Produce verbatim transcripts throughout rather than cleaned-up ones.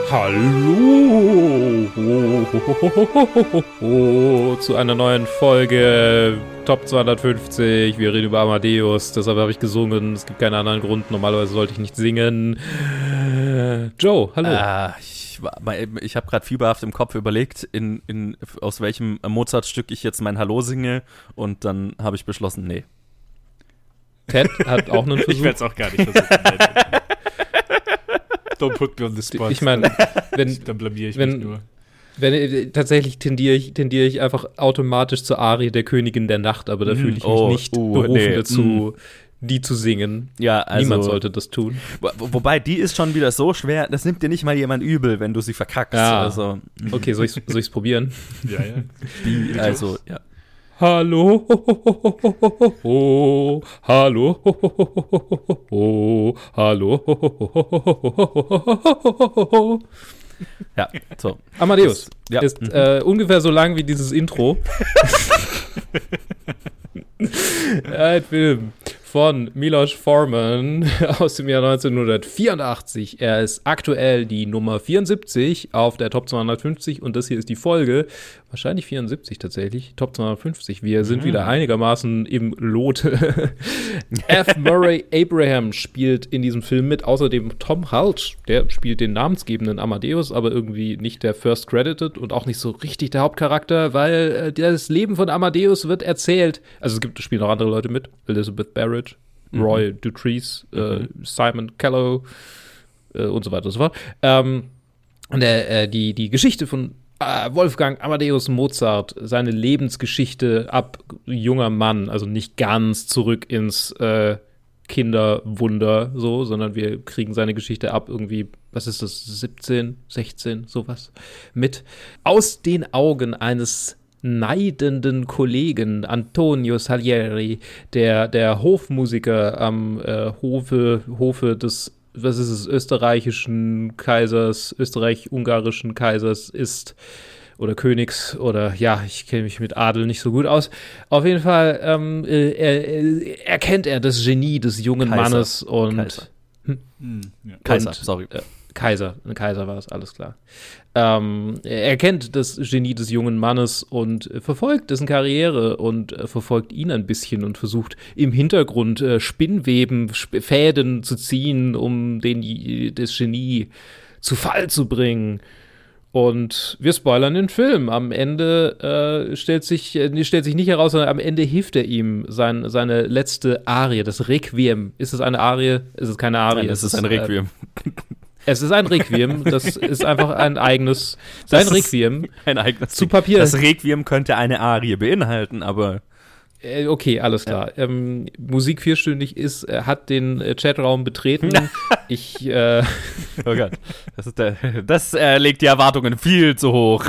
Hallo zu einer neuen Folge Top zweihundertfünfzig. Wir reden über Amadeus, deshalb habe ich gesungen. Es gibt keinen anderen Grund. Normalerweise sollte ich nicht singen. Joe, hallo. Ah, ich ich habe gerade fieberhaft im Kopf überlegt, in, in, aus welchem Mozart-Stück ich jetzt mein Hallo singe, und dann habe ich beschlossen, nee. Ted hat auch einen Versuch. Ich werde es auch gar nicht versuchen. Don't put me on the spot. Ich meine, wenn, dann blamier ich wenn, mich nur. Wenn, tatsächlich tendiere ich, tendiere ich einfach automatisch zur Arie der Königin der Nacht, aber da fühle ich mich oh, nicht uh, berufen nee. dazu, mm. die zu singen. Ja, also, niemand sollte das tun. Wo, wobei, die ist schon wieder so schwer, das nimmt dir nicht mal jemand übel, wenn du sie verkackst. Ja. Also, okay, soll ich es probieren? Ja, ja. Die, also, ja. Hallo, hallo, hallo. Ja, so. Amadeus das, ja. ist äh, ungefähr so lang wie dieses Intro. Ein Film von Milos Forman aus dem Jahr neunzehnhundertvierundachtzig. Er ist aktuell die Nummer vierundsiebzig auf der Top zweihundertfünfzig und das hier ist die Folge, wahrscheinlich vierundsiebzig tatsächlich, Top zweihundertfünfzig. Wir sind mhm. wieder einigermaßen im Lot. F. Murray Abraham spielt in diesem Film mit, außerdem Tom Hulce, der spielt den namensgebenden Amadeus, aber irgendwie nicht der First Credited und auch nicht so richtig der Hauptcharakter, weil äh, das Leben von Amadeus wird erzählt. Also es gibt, es spielen auch andere Leute mit, Elizabeth Barrett, Roy mhm. Dutrice, äh, mhm. Simon Callow äh, und so weiter und so fort. Ähm, und äh, die, die Geschichte von äh, Wolfgang Amadeus Mozart, seine Lebensgeschichte ab junger Mann, also nicht ganz zurück ins äh, Kinderwunder so, sondern wir kriegen seine Geschichte ab irgendwie, was ist das, siebzehn, sechzehn, sowas mit. Aus den Augen eines neidenden Kollegen Antonio Salieri, der, der Hofmusiker am äh, Hofe, Hofe des, was ist es, österreichischen Kaisers, österreich-ungarischen Kaisers ist, oder Königs, oder ja, ich kenne mich mit Adel nicht so gut aus. Auf jeden Fall ähm, äh, er, erkennt er das Genie des jungen Kaiser. Mannes und Kaiser, hm? Hm, ja. Kaiser und, sorry. Äh, Kaiser, ein Kaiser war es, alles klar. Ähm, er kennt das Genie des jungen Mannes und äh, verfolgt dessen Karriere und äh, verfolgt ihn ein bisschen und versucht im Hintergrund äh, Spinnweben, Sp- Fäden zu ziehen, um den, das Genie zu Fall zu bringen. Und wir spoilern den Film. Am Ende äh, stellt sich äh, stellt sich nicht heraus, sondern am Ende hilft er ihm sein, seine letzte Arie, das Requiem. Ist es eine Arie? Ist es keine Arie? Nein, es ist ein Requiem. Äh, es ist ein Requiem. Das ist einfach ein eigenes, sein Das ist Requiem ein eigenes zu Papier. Das Requiem könnte eine Arie beinhalten, aber Äh, okay, alles klar. Ja. Ähm, Musik vierstündig ist, äh, hat den äh, Chatraum betreten. ich, äh, oh Gott, das, ist der, das äh, legt die Erwartungen viel zu hoch.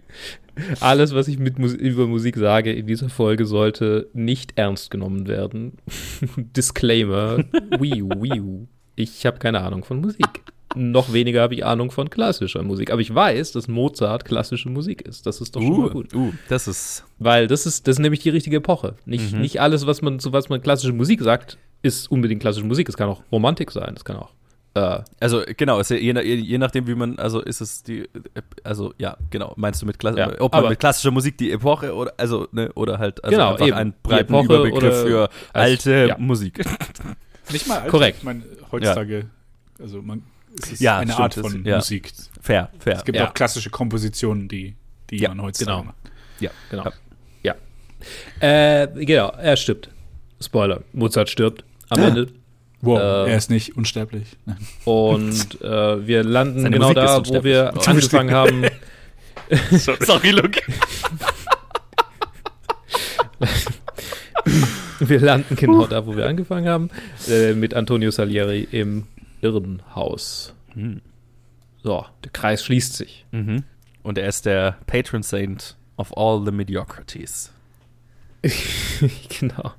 Alles, was ich mit Mus- über Musik sage in dieser Folge, sollte nicht ernst genommen werden. Disclaimer. Wiu, wiu. Ich habe keine Ahnung von Musik. Noch weniger habe ich Ahnung von klassischer Musik. Aber ich weiß, dass Mozart klassische Musik ist. Das ist doch schon uh, mal gut. Uh, das ist Weil das ist, das ist nämlich die richtige Epoche. Nicht, mhm. nicht alles, was man, zu was man klassische Musik sagt, ist unbedingt klassische Musik. Es kann auch Romantik sein. Es kann auch äh, Also genau, ist ja je, je, je nachdem, wie man, also ist es die, also ja, genau, meinst du mit, Klasse, ja, ob man mit klassischer Musik die Epoche oder, also, ne, oder halt also genau, einfach eben, einen breiten Epoche Überbegriff für als, alte ja. Musik. Nicht mal alt. Korrekt. Ich meine, heutzutage, ja. also man, es ist ja, eine stimmt, Art von ist, ja. Musik. Fair, fair. Es gibt ja. auch klassische Kompositionen, die, die ja, man heutzutage genau. macht. Ja, Genau. Ja. ja. Äh, genau, er stirbt. Spoiler. Mozart stirbt am ah. Ende. Wow, äh, er ist nicht unsterblich. Nein. Und äh, wir landen Seine genau Musik da, ist wo wir oh. angefangen haben. Sorry. Sorry, Luke. Wir landen genau da, wo wir angefangen haben, äh, mit Antonio Salieri im Irrenhaus. Hm. So, der Kreis schließt sich. Mhm. Und er ist der Patron Saint of all the mediocrities. Genau.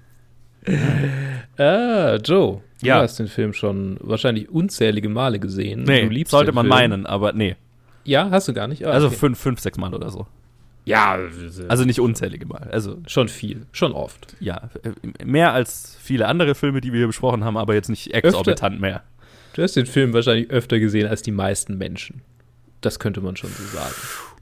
Ah, Joe, du ja. hast den Film schon wahrscheinlich unzählige Male gesehen. Nee, du liebst sollte den man Film. meinen, aber nee. Ja, hast du gar nicht? Ah, Also okay. fünf, fünf, sechs Mal oder so. Ja, Also nicht unzählige Mal. Also schon viel, schon oft. ja, mehr als viele andere Filme, die wir hier besprochen haben, aber jetzt nicht exorbitant mehr. Du hast den Film wahrscheinlich öfter gesehen als die meisten Menschen. Das könnte man schon so sagen.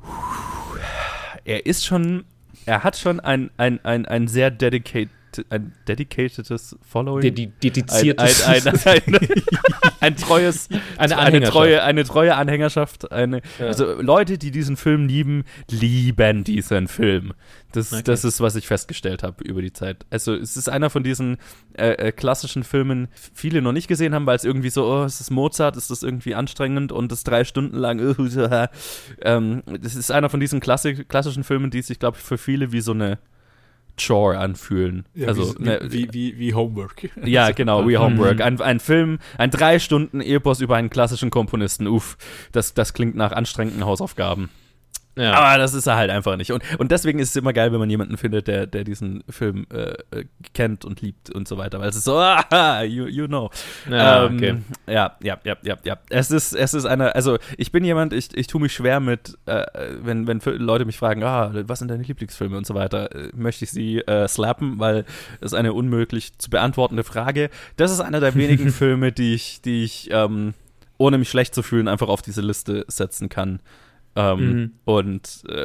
Er ist schon, er hat schon ein, ein, ein, ein sehr dedicated, ein dedicatedes Following. Dedi- dediziertes. Ein, ein, ein, ein, ein treues, Eine eine treue, eine treue Anhängerschaft. Eine, ja. Also Leute, die diesen Film lieben, lieben diesen Film. Das, okay. das ist, was ich festgestellt habe über die Zeit. Also es ist einer von diesen äh, äh, klassischen Filmen, viele noch nicht gesehen haben, weil es irgendwie so, oh, ist das Mozart, ist das irgendwie anstrengend und das drei Stunden lang. Uh, ähm, das ist einer von diesen Klassik- klassischen Filmen, die sich, glaube ich, für viele wie so eine Chore anfühlen. Ja, also, wie, ne, wie, wie, wie Homework. Ja, genau, wie Homework. Ein, ein Film, ein drei Stunden Epos über einen klassischen Komponisten. Uff, das, das klingt nach anstrengenden Hausaufgaben. Ja. Aber das ist er halt einfach nicht. Und, und deswegen ist es immer geil, wenn man jemanden findet, der, der diesen Film äh, kennt und liebt und so weiter. Weil es ist so, ah, you, you know. Ja, ähm, okay. ja, ja, ja, ja, ja. Es ist, es ist eine, also ich bin jemand, ich, ich tue mich schwer mit, äh, wenn, wenn Leute mich fragen, ah, was sind deine Lieblingsfilme und so weiter, äh, möchte ich sie äh, slappen, weil es eine unmöglich zu beantwortende Frage. Das ist einer der wenigen Filme, die ich, die ich ähm, ohne mich schlecht zu fühlen, einfach auf diese Liste setzen kann. Ähm, mhm. Und äh,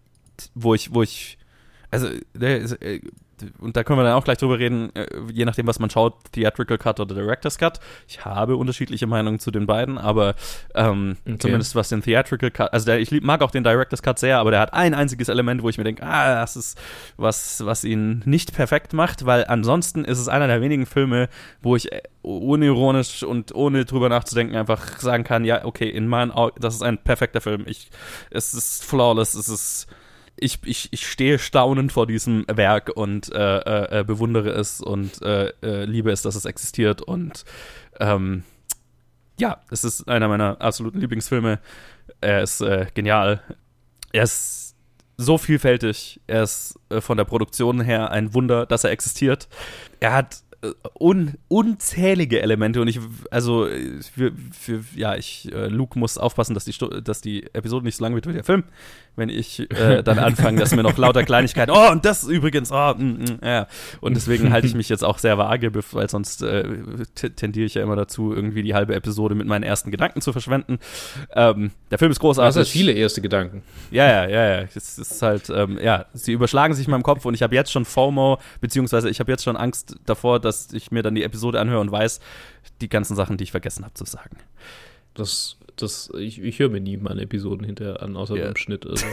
wo ich, wo ich, also, äh, und da können wir dann auch gleich drüber reden, äh, je nachdem, was man schaut, Theatrical Cut oder Director's Cut. Ich habe unterschiedliche Meinungen zu den beiden, aber ähm, okay. zumindest was den Theatrical Cut, also der, ich lieb, mag auch den Director's Cut sehr, aber der hat ein einziges Element, wo ich mir denke, ah, das ist was, was ihn nicht perfekt macht, weil ansonsten ist es einer der wenigen Filme, wo ich unironisch und ohne drüber nachzudenken einfach sagen kann, ja, okay, in meinen Augen, das ist ein perfekter Film. Ich, es ist flawless, es ist Ich, ich, ich stehe staunend vor diesem Werk und äh, äh, bewundere es und äh, äh, liebe es, dass es existiert. Und ähm, ja, es ist einer meiner absoluten Lieblingsfilme. Er ist äh, genial. Er ist so vielfältig. Er ist äh, von der Produktion her ein Wunder, dass er existiert. Er hat Un, unzählige Elemente und ich, also, für, für, ja, ich, äh, Luke muss aufpassen, dass die, dass die Episode nicht so lang wird wie der Film. Wenn ich äh, dann anfange, dass mir noch lauter Kleinigkeiten, oh, und das übrigens, oh, mm, mm, ja. Und deswegen halte ich mich jetzt auch sehr vage, weil sonst äh, t- tendiere ich ja immer dazu, irgendwie die halbe Episode mit meinen ersten Gedanken zu verschwenden. Ähm, der Film ist großartig. Du hast viele erste Gedanken. Ja, ja, ja, ja. Es ist halt, ähm, ja, sie überschlagen sich in meinem Kopf und ich habe jetzt schon FOMO, beziehungsweise ich habe jetzt schon Angst davor, dass ich mir dann die Episode anhöre und weiß, die ganzen Sachen, die ich vergessen habe zu sagen. Das, das, ich, ich höre mir nie meine Episoden hinterher an, außer yeah. beim Schnitt. Also.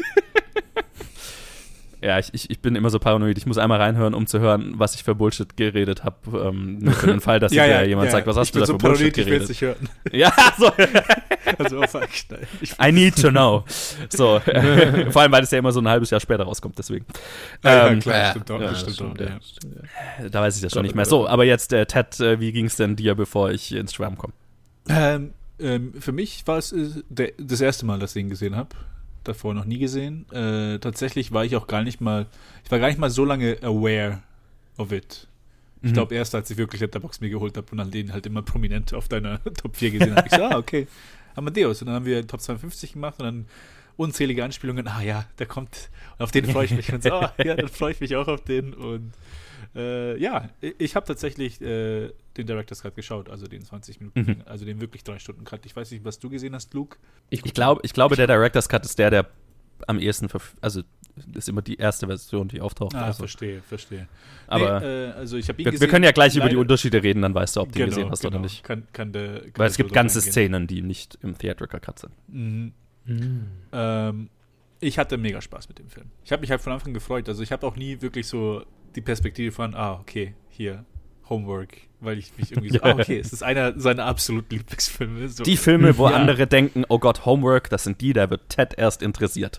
Ja, ich, ich, ich bin immer so paranoid. Ich muss einmal reinhören, um zu hören, was ich für Bullshit geredet habe. Ähm, nur für den Fall, dass ja, ja, ja, jemand ja. sagt, was hast ich du da so für Bullshit paranoid, geredet? Ich will es nicht hören. Ja, so. Also, oh, fuck. Ich I need to know. So. Vor allem, weil es ja immer so ein halbes Jahr später rauskommt, deswegen. Ja, ähm, ja klar, ja, stimmt auch. ja, das stimmt stimmt, auch, ja. ja. Da weiß ich das schon nicht mehr. So, aber jetzt, äh, Ted, äh, wie ging es denn dir, bevor ich ins Schwärmen komme? Ähm, ähm, für mich war es äh, der, das erste Mal, dass ich ihn gesehen habe. Davor noch nie gesehen. Äh, tatsächlich war ich auch gar nicht mal, ich war gar nicht mal so lange aware of it. Ich Mhm. glaube, erst als ich wirklich Letterboxd mir geholt habe und dann den halt immer prominent auf deiner Top vier gesehen habe, ich so, ah, okay, Amadeus. Und dann haben wir Top zweiundfünfzig gemacht und dann unzählige Anspielungen, ah ja, der kommt, und auf den freue ich mich. Und so, ah, ja, dann freue ich mich auch auf den. Und äh, ja, ich habe tatsächlich äh, den Director's Cut geschaut, also den zwanzig Minuten, Mhm. also den wirklich drei Stunden Cut. Ich weiß nicht, was du gesehen hast, Luke. Ich, ich, glaub, ich glaube, der Director's Cut ist der, der am ehesten, verf- also ist immer die erste Version, die auftaucht. Ah, also. verstehe, verstehe. Aber nee, äh, also ich habe ihn wir, gesehen. wir können ja gleich über die leider- Unterschiede reden, dann weißt du, ob du ihn Genau, gesehen hast genau. oder nicht. Kann, kann der, kann Weil es der gibt so ganze reingehen. Szenen, die nicht im Theatrical Cut sind. Mhm. Mhm. Ähm, ich hatte mega Spaß mit dem Film. Ich habe mich halt von Anfang an gefreut. Also ich habe auch nie wirklich so die Perspektive von, ah, okay, hier, Homework, weil ich mich irgendwie so, ah, okay, es ist einer seiner absoluten Lieblingsfilme. So. Die Filme, wo Ja. andere denken, oh Gott, Homework, das sind die, da wird Ted erst interessiert.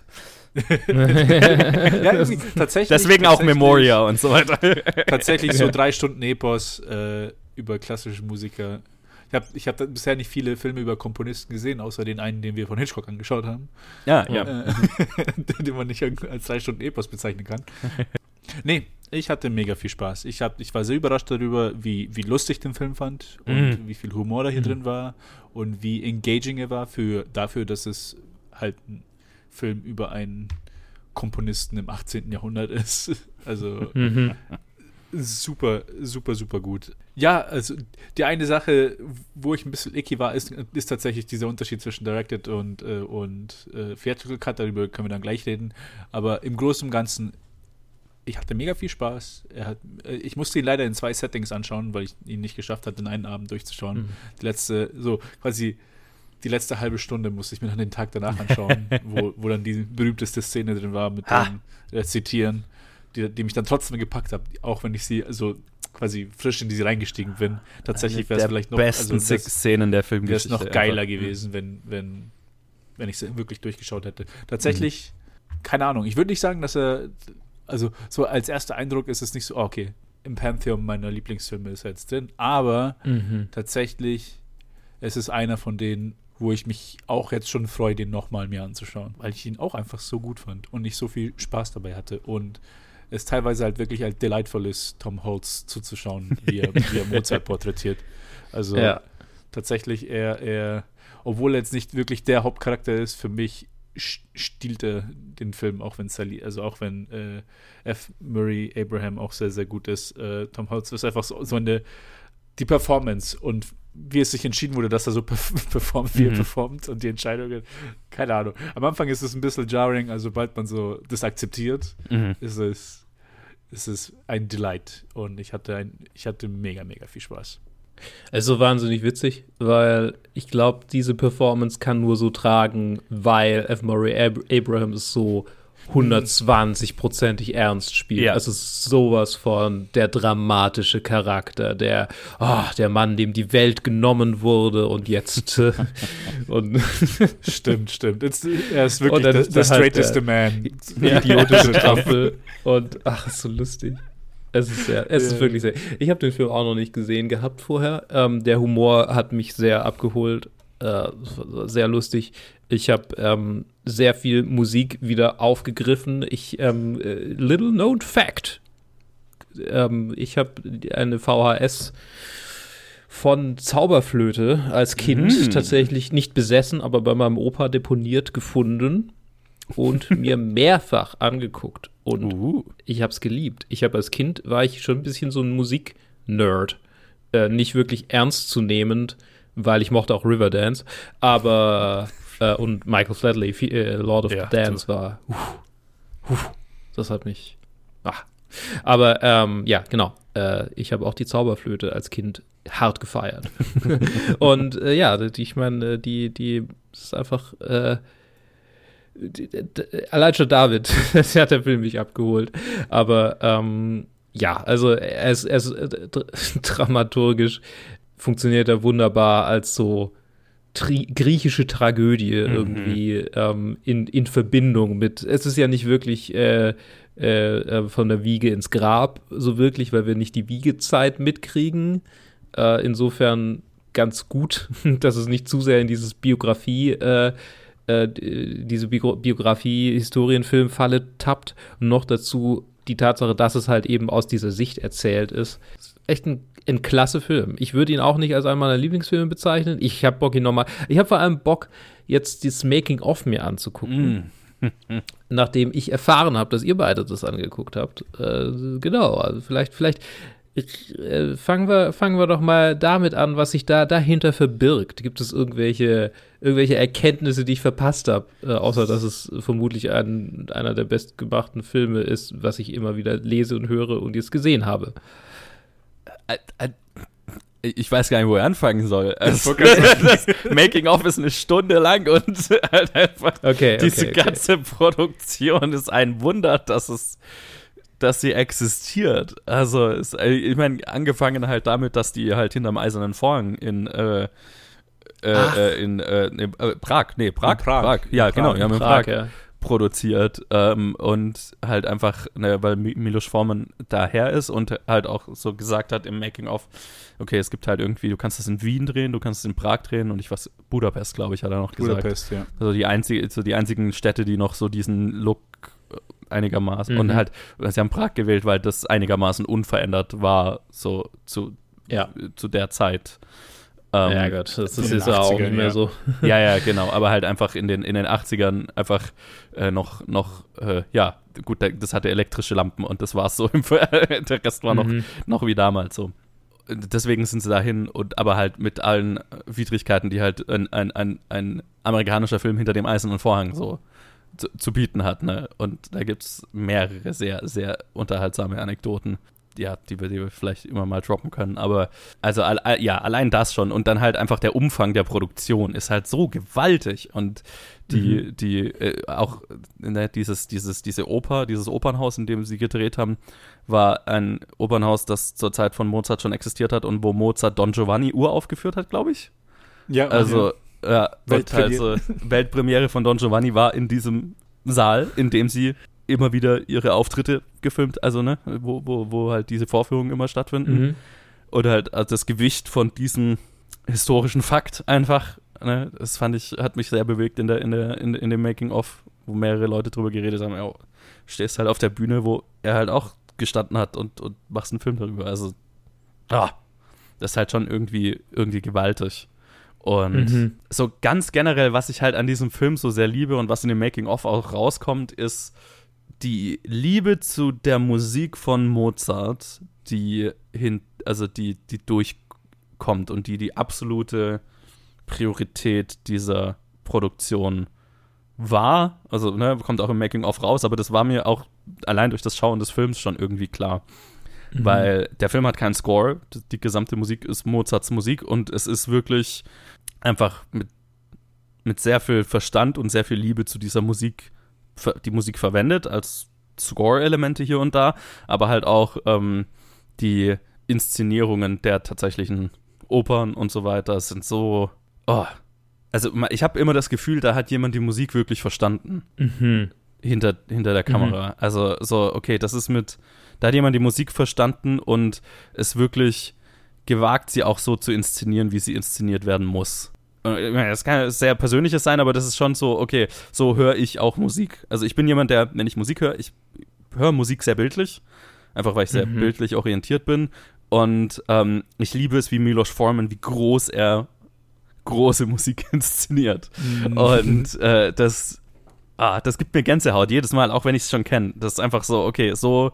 Ja, irgendwie, tatsächlich. Deswegen auch tatsächlich- Memoria und so weiter. Tatsächlich so drei Stunden Epos äh, über klassische Musiker. Ich habe ich hab bisher nicht viele Filme über Komponisten gesehen, außer den einen, den wir von Hitchcock angeschaut haben. Ja, ja. Äh, den man nicht als drei Stunden Epos bezeichnen kann. Nee, ich hatte mega viel Spaß. Ich, hab, ich war sehr überrascht darüber, wie, wie lustig ich den Film fand und Mhm. wie viel Humor da hier Mhm. drin war und wie engaging er war für, dafür, dass es halt ein Film über einen Komponisten im achtzehnten Jahrhundert ist. Also Mhm. super, super, super gut. Ja, also die eine Sache, wo ich ein bisschen icky war, ist, ist tatsächlich dieser Unterschied zwischen Directed und, äh, und äh, Theatrical Cut, darüber können wir dann gleich reden. Aber im Großen und Ganzen, ich hatte mega viel Spaß. Er hat, äh, ich musste ihn leider in zwei Settings anschauen, weil ich ihn nicht geschafft hatte, in einen Abend durchzuschauen. Mhm. Die letzte, so quasi die letzte halbe Stunde musste ich mir dann den Tag danach anschauen, wo, wo dann die berühmteste Szene drin war mit dem äh, Zitieren, die, die mich dann trotzdem gepackt hat, auch wenn ich sie also quasi frisch in die reingestiegen bin. Tatsächlich wäre es vielleicht noch besten also das, Szenen der Filmgeschichte. Wäre es noch geiler einfach gewesen, wenn, wenn, wenn ich sie wirklich durchgeschaut hätte. Tatsächlich, mhm. keine Ahnung, ich würde nicht sagen, dass er, also so als erster Eindruck ist es nicht so, oh, okay, im Pantheon meiner Lieblingsfilme ist er jetzt drin, aber mhm. tatsächlich, es ist einer von denen, wo ich mich auch jetzt schon freue, den nochmal mir anzuschauen, weil ich ihn auch einfach so gut fand und ich so viel Spaß dabei hatte und es teilweise halt wirklich halt delightful ist, Tom Holtz zuzuschauen, wie er, wie er Mozart porträtiert. Also ja. tatsächlich, er, er, obwohl er jetzt nicht wirklich der Hauptcharakter ist, für mich stiehlt er den Film, auch wenn Sally, also auch wenn äh, F. Murray Abraham auch sehr, sehr gut ist. Äh, Tom Holtz ist einfach so, so eine, die Performance und wie es sich entschieden wurde, dass er so performt, wie er mhm. performt und die Entscheidungen, keine Ahnung. Am Anfang ist es ein bisschen jarring, also sobald man so das akzeptiert, mhm. ist es, ist es ein Delight und ich hatte, ein, ich hatte mega, mega viel Spaß. Also wahnsinnig witzig, weil ich glaube, diese Performance kann nur so tragen, weil F. Murray Ab- Abraham es so hundertzwanzig-prozentig ernst spielt. Ja. Es ist sowas von der dramatische Charakter, der, oh, der Mann, dem die Welt genommen wurde und jetzt äh, und stimmt, stimmt. It's, er ist wirklich der, der straighteste halt Man. Idiotische Tafel und ach, ist so lustig. Es ist sehr, es ist wirklich sehr. Ich habe den Film auch noch nicht gesehen gehabt vorher. Ähm, der Humor hat mich sehr abgeholt. Äh, sehr lustig. Ich habe ähm, sehr viel Musik wieder aufgegriffen. Ich, ähm, äh, little known fact. Ähm, ich habe eine V H S von Zauberflöte als Kind mm. tatsächlich nicht besessen, aber bei meinem Opa deponiert gefunden und mir mehrfach angeguckt. Und uh. ich habe es geliebt. Ich habe als Kind, war ich schon ein bisschen so ein Musik-Nerd. Äh, nicht wirklich ernstzunehmend, weil ich mochte auch Riverdance. Aber, äh, und Michael Flatley, äh, Lord of ja, the Dance, war, uh, uh, das hat mich, ach. Aber, ähm, ja, genau. Äh, ich habe auch die Zauberflöte als Kind hart gefeiert. Und, äh, ja, ich meine, die, die ist einfach, äh, allein schon David, das hat der Film mich abgeholt. Aber ähm, ja, also er ist, er ist äh, dramaturgisch funktioniert er wunderbar als so tri- griechische Tragödie mhm. irgendwie ähm, in, in Verbindung mit, es ist ja nicht wirklich äh, äh, von der Wiege ins Grab so wirklich, weil wir nicht die Wiegezeit mitkriegen. Äh, insofern ganz gut, dass es nicht zu sehr in dieses Biografie äh, diese Bi- Biografie-Historienfilm-Falle tappt und noch dazu die Tatsache, dass es halt eben aus dieser Sicht erzählt ist. Echt ein, ein klasse Film. Ich würde ihn auch nicht als einen meiner Lieblingsfilme bezeichnen. Ich habe Bock, ihn nochmal. Ich habe vor allem Bock, jetzt das Making-of mir anzugucken. Mm. Nachdem ich erfahren habe, dass ihr beide das angeguckt habt. Äh, genau, also vielleicht, vielleicht äh, fangen wir, fangen wir doch mal damit an, was sich da dahinter verbirgt. Gibt es irgendwelche, irgendwelche Erkenntnisse, die ich verpasst habe, äh, außer dass es vermutlich ein, einer der bestgemachten Filme ist, was ich immer wieder lese und höre und jetzt gesehen habe? Ich weiß gar nicht, wo er anfangen soll. Also, das Making-of ist eine Stunde lang und halt einfach okay, diese okay, okay. ganze Produktion ist ein Wunder, dass es dass sie existiert. Also, es, ich meine, angefangen halt damit, dass die halt hinterm Eisernen Vorhang in äh, äh, in äh, nee, äh, Prag, nee, Prag, in Prag. Prag. Ja, Prag. genau, die haben in Prag, Prag ja. produziert ähm, und halt einfach, ne, weil Milos Forman daher ist und halt auch so gesagt hat im Making-of, okay, es gibt halt irgendwie, du kannst das in Wien drehen, du kannst es in Prag drehen und ich was, Budapest, glaube ich, hat er noch gesagt. Budapest, ja. Also die, einzige, so die einzigen Städte, die noch so diesen Look einigermaßen, mhm. und halt, sie haben Prag gewählt, weil das einigermaßen unverändert war, so zu, ja. zu der Zeit. Ähm, ja Gott, das ist jetzt auch nicht mehr ja. so. Ja, ja, genau, aber halt einfach in den, in den achtzigern einfach äh, noch, noch äh, ja, gut, das hatte elektrische Lampen und das war es so. Der Rest war noch, Mhm. noch wie damals so. Deswegen sind sie dahin, und aber halt mit allen Widrigkeiten, die halt ein, ein, ein, ein amerikanischer Film hinter dem eisernen Vorhang so zu, zu bieten hat. Ne? Und da gibt es mehrere sehr, sehr unterhaltsame Anekdoten, ja, die wir, die wir vielleicht immer mal droppen können. Aber also all, all, ja, allein das schon. Und dann halt einfach der Umfang der Produktion ist halt so gewaltig. Und die, mhm. die äh, auch ne, dieses, dieses, diese Oper, dieses Opernhaus, in dem sie gedreht haben, war ein Opernhaus, das zur Zeit von Mozart schon existiert hat und wo Mozart Don Giovanni uraufgeführt hat, glaube ich. Ja, also ja, ja Weltpremiere. Also, Weltpremiere von Don Giovanni war in diesem Saal, in dem sie immer wieder ihre Auftritte gefilmt, also ne, wo, wo, wo halt diese Vorführungen immer stattfinden. Mhm. Oder halt also das Gewicht von diesem historischen Fakt einfach, ne, das fand ich, hat mich sehr bewegt in der, in der, in, in dem Making-of, wo mehrere Leute drüber geredet haben, ja, stehst halt auf der Bühne, wo er halt auch gestanden hat und, und machst einen Film darüber. Also, ah, das ist halt schon irgendwie, irgendwie gewaltig. Und Mhm. so ganz generell, was ich halt an diesem Film so sehr liebe und was in dem Making-of auch rauskommt, ist die Liebe zu der Musik von Mozart, die hin, also die, die durchkommt und die die absolute Priorität dieser Produktion war. Also, ne, kommt auch im Making-of raus, aber das war mir auch allein durch das Schauen des Films schon irgendwie klar. Mhm. Weil der Film hat keinen Score, die gesamte Musik ist Mozarts Musik und es ist wirklich einfach mit, mit sehr viel Verstand und sehr viel Liebe zu dieser Musik, die Musik verwendet als Score-Elemente hier und da, aber halt auch ähm, die Inszenierungen der tatsächlichen Opern und so weiter sind so, oh, also ich habe immer das Gefühl, da hat jemand die Musik wirklich verstanden. Mhm. Hinter, hinter der Kamera. Mhm. Also so, okay, das ist mit, da hat jemand die Musik verstanden und es wirklich gewagt, sie auch so zu inszenieren, wie sie inszeniert werden muss. Das kann sehr Persönliches sein, aber das ist schon so, okay, so höre ich auch Musik. Also ich bin jemand, der, wenn ich Musik höre, ich höre Musik sehr bildlich, einfach weil ich sehr mhm. bildlich orientiert bin und ähm, ich liebe es, wie Milos Forman, wie groß er große Musik inszeniert. Mhm. Und äh, das Ah, das gibt mir Gänsehaut jedes Mal, auch wenn ich es schon kenne. Das ist einfach so, okay, so,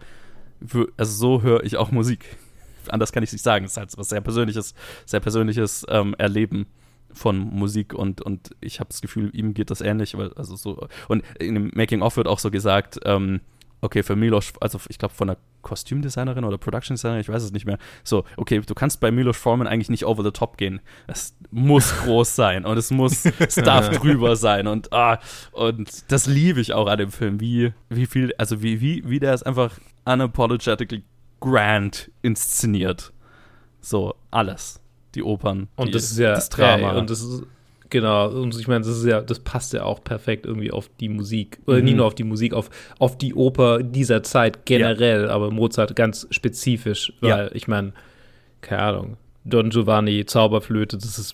also so höre ich auch Musik. Anders kann ich es nicht sagen. Das ist halt was sehr persönliches, sehr persönliches ähm, Erleben von Musik und, und ich habe das Gefühl, ihm geht das ähnlich, weil, also so, und in dem Making-of wird auch so gesagt, ähm, okay, für Milos, also ich glaube von einer Kostümdesignerin oder Production Designerin, ich weiß es nicht mehr, so, okay, du kannst bei Milos Forman eigentlich nicht over the top gehen. Es muss groß sein und es muss, es darf drüber sein und ah, und das liebe ich auch an dem Film, wie, wie viel, also wie, wie, wie der es einfach unapologetically grand inszeniert. So, alles. Die Opern, und die, das ist ja, das Drama. Äh, und das ist genau, und ich meine, das ist ja, das passt ja auch perfekt irgendwie auf die Musik. Oder mhm. nicht nur auf die Musik, auf, auf die Oper dieser Zeit generell, ja. aber Mozart ganz spezifisch, weil ja. ich meine, keine Ahnung, Don Giovanni, Zauberflöte, das ist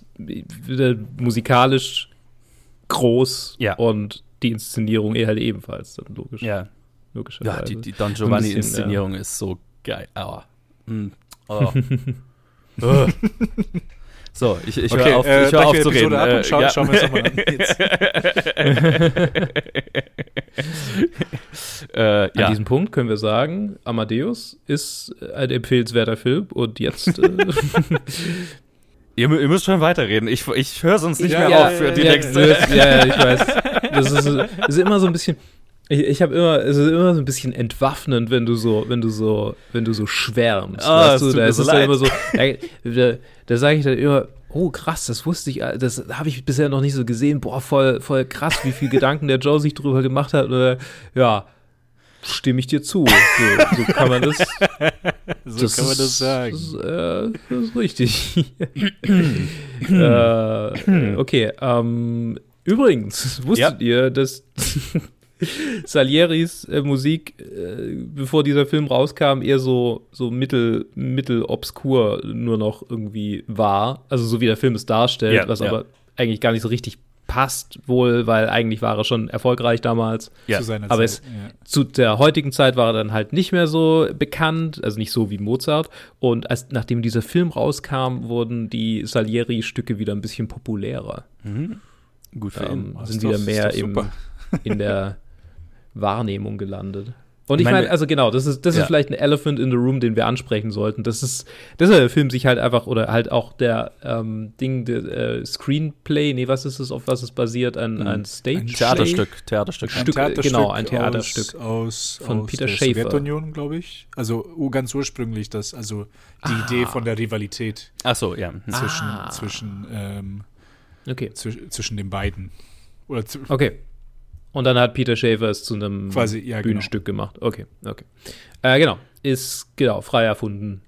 musikalisch groß ja. und die Inszenierung eher halt ebenfalls, dann logisch. Ja. Logischerweise. Ja, die, die Don Giovanni-Inszenierung ja. ist so geil. Oh. Mm. Oh. oh. So, ich, ich okay, höre auf, äh, ich hör auf zu reden. Ab und äh, schau, ja. Schauen wir uns nochmal an. Jetzt. äh, ja. An diesem Punkt können wir sagen, Amadeus ist ein empfehlenswerter Film und jetzt äh, ihr, ihr müsst schon weiterreden. Ich, ich höre sonst nicht ja, mehr ja, auf für die ja, nächste. Ja, ja, ich weiß. Das ist, das ist immer so ein bisschen Ich, ich habe immer, es ist immer so ein bisschen entwaffnend, wenn du so, wenn du so, wenn du so schwärmst. Oh, weißt du, da ist so es dann immer so, da, da, da sage ich dann immer, oh krass, das wusste ich, das habe ich bisher noch nicht so gesehen, boah, voll, voll krass, wie viel Gedanken der Joe sich drüber gemacht hat. Oder, ja, stimme ich dir zu. So, so kann man das. So das kann man ist, das sagen. Das, äh, das ist richtig. äh, okay, ähm, übrigens, wusstet ja. ihr, dass Salieris äh, Musik, äh, bevor dieser Film rauskam, eher so, so mittel, mittelobskur nur noch irgendwie war. Also so wie der Film es darstellt, ja, was ja. aber eigentlich gar nicht so richtig passt wohl, weil eigentlich war er schon erfolgreich damals. Ja. Zu seiner aber Zeit. es, ja. zu der heutigen Zeit war er dann halt nicht mehr so bekannt, also nicht so wie Mozart. Und als, nachdem dieser Film rauskam, wurden die Salieri-Stücke wieder ein bisschen populärer. Mhm. Gut für ihn. Ähm, Oh, sind doch, wieder mehr im, in der Wahrnehmung gelandet. Und ich, Ich meine, mein, also genau, das ist, das ja. ist vielleicht ein Elephant in the Room, den wir ansprechen sollten. Das ist, das ist der Film sich halt einfach, oder halt auch der ähm, Ding, der äh, Screenplay, nee, was ist es, auf was es basiert? Ein, ein Stage Ein Theaterstück, Theaterstück. Ein Stück, genau, ein aus, Theaterstück aus, von aus Peter der Schäfer. Sowjetunion, glaube ich. Also uh, ganz ursprünglich das, also die Ah. Idee von der Rivalität Ach so, ja. zwischen, Ah. zwischen, ähm, Okay, zwisch- zwischen den beiden. Oder zu, okay. Und dann hat Peter Schäfer es zu einem Quasi, ja, Bühnenstück gemacht. Okay, okay. Äh, genau, ist, genau, frei erfunden.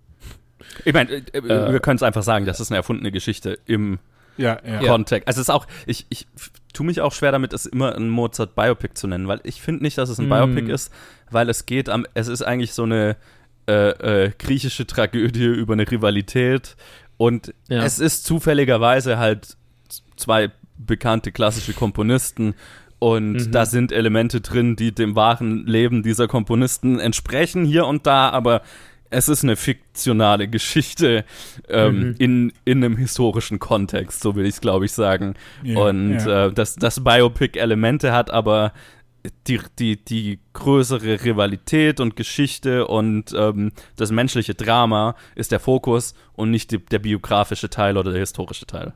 Ich meine, äh, wir können es einfach sagen, das ist eine erfundene Geschichte im ja, ja. Ja. Kontext. Also es ist auch, ich, ich tue mich auch schwer damit, es immer ein Mozart-Biopic zu nennen, weil ich finde nicht, dass es ein Mm. Biopic ist, weil es geht am, es ist eigentlich so eine äh, äh, griechische Tragödie über eine Rivalität und Ja. es ist zufälligerweise halt zwei bekannte klassische Komponisten und Mhm. da sind Elemente drin, die dem wahren Leben dieser Komponisten entsprechen, hier und da, aber es ist eine fiktionale Geschichte ähm, Mhm. in, in einem historischen Kontext, so will ich es, glaube ich, sagen. Ja, und ja. Äh, dass das Biopic Elemente hat, aber die, die, die größere Rivalität und Geschichte und ähm, das menschliche Drama ist der Fokus und nicht die, der biografische Teil oder der historische Teil.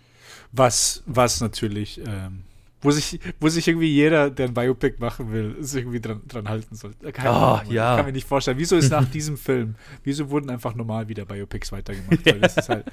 Was, was natürlich, ähm, wo sich, wo sich irgendwie jeder, der ein Biopic machen will, sich irgendwie dran, dran halten sollte. Keine Ah, Ahnung, ja. Ich kann mir nicht vorstellen. Wieso ist nach diesem Film, wieso wurden einfach normal wieder Biopics weitergemacht? Weil es ist halt,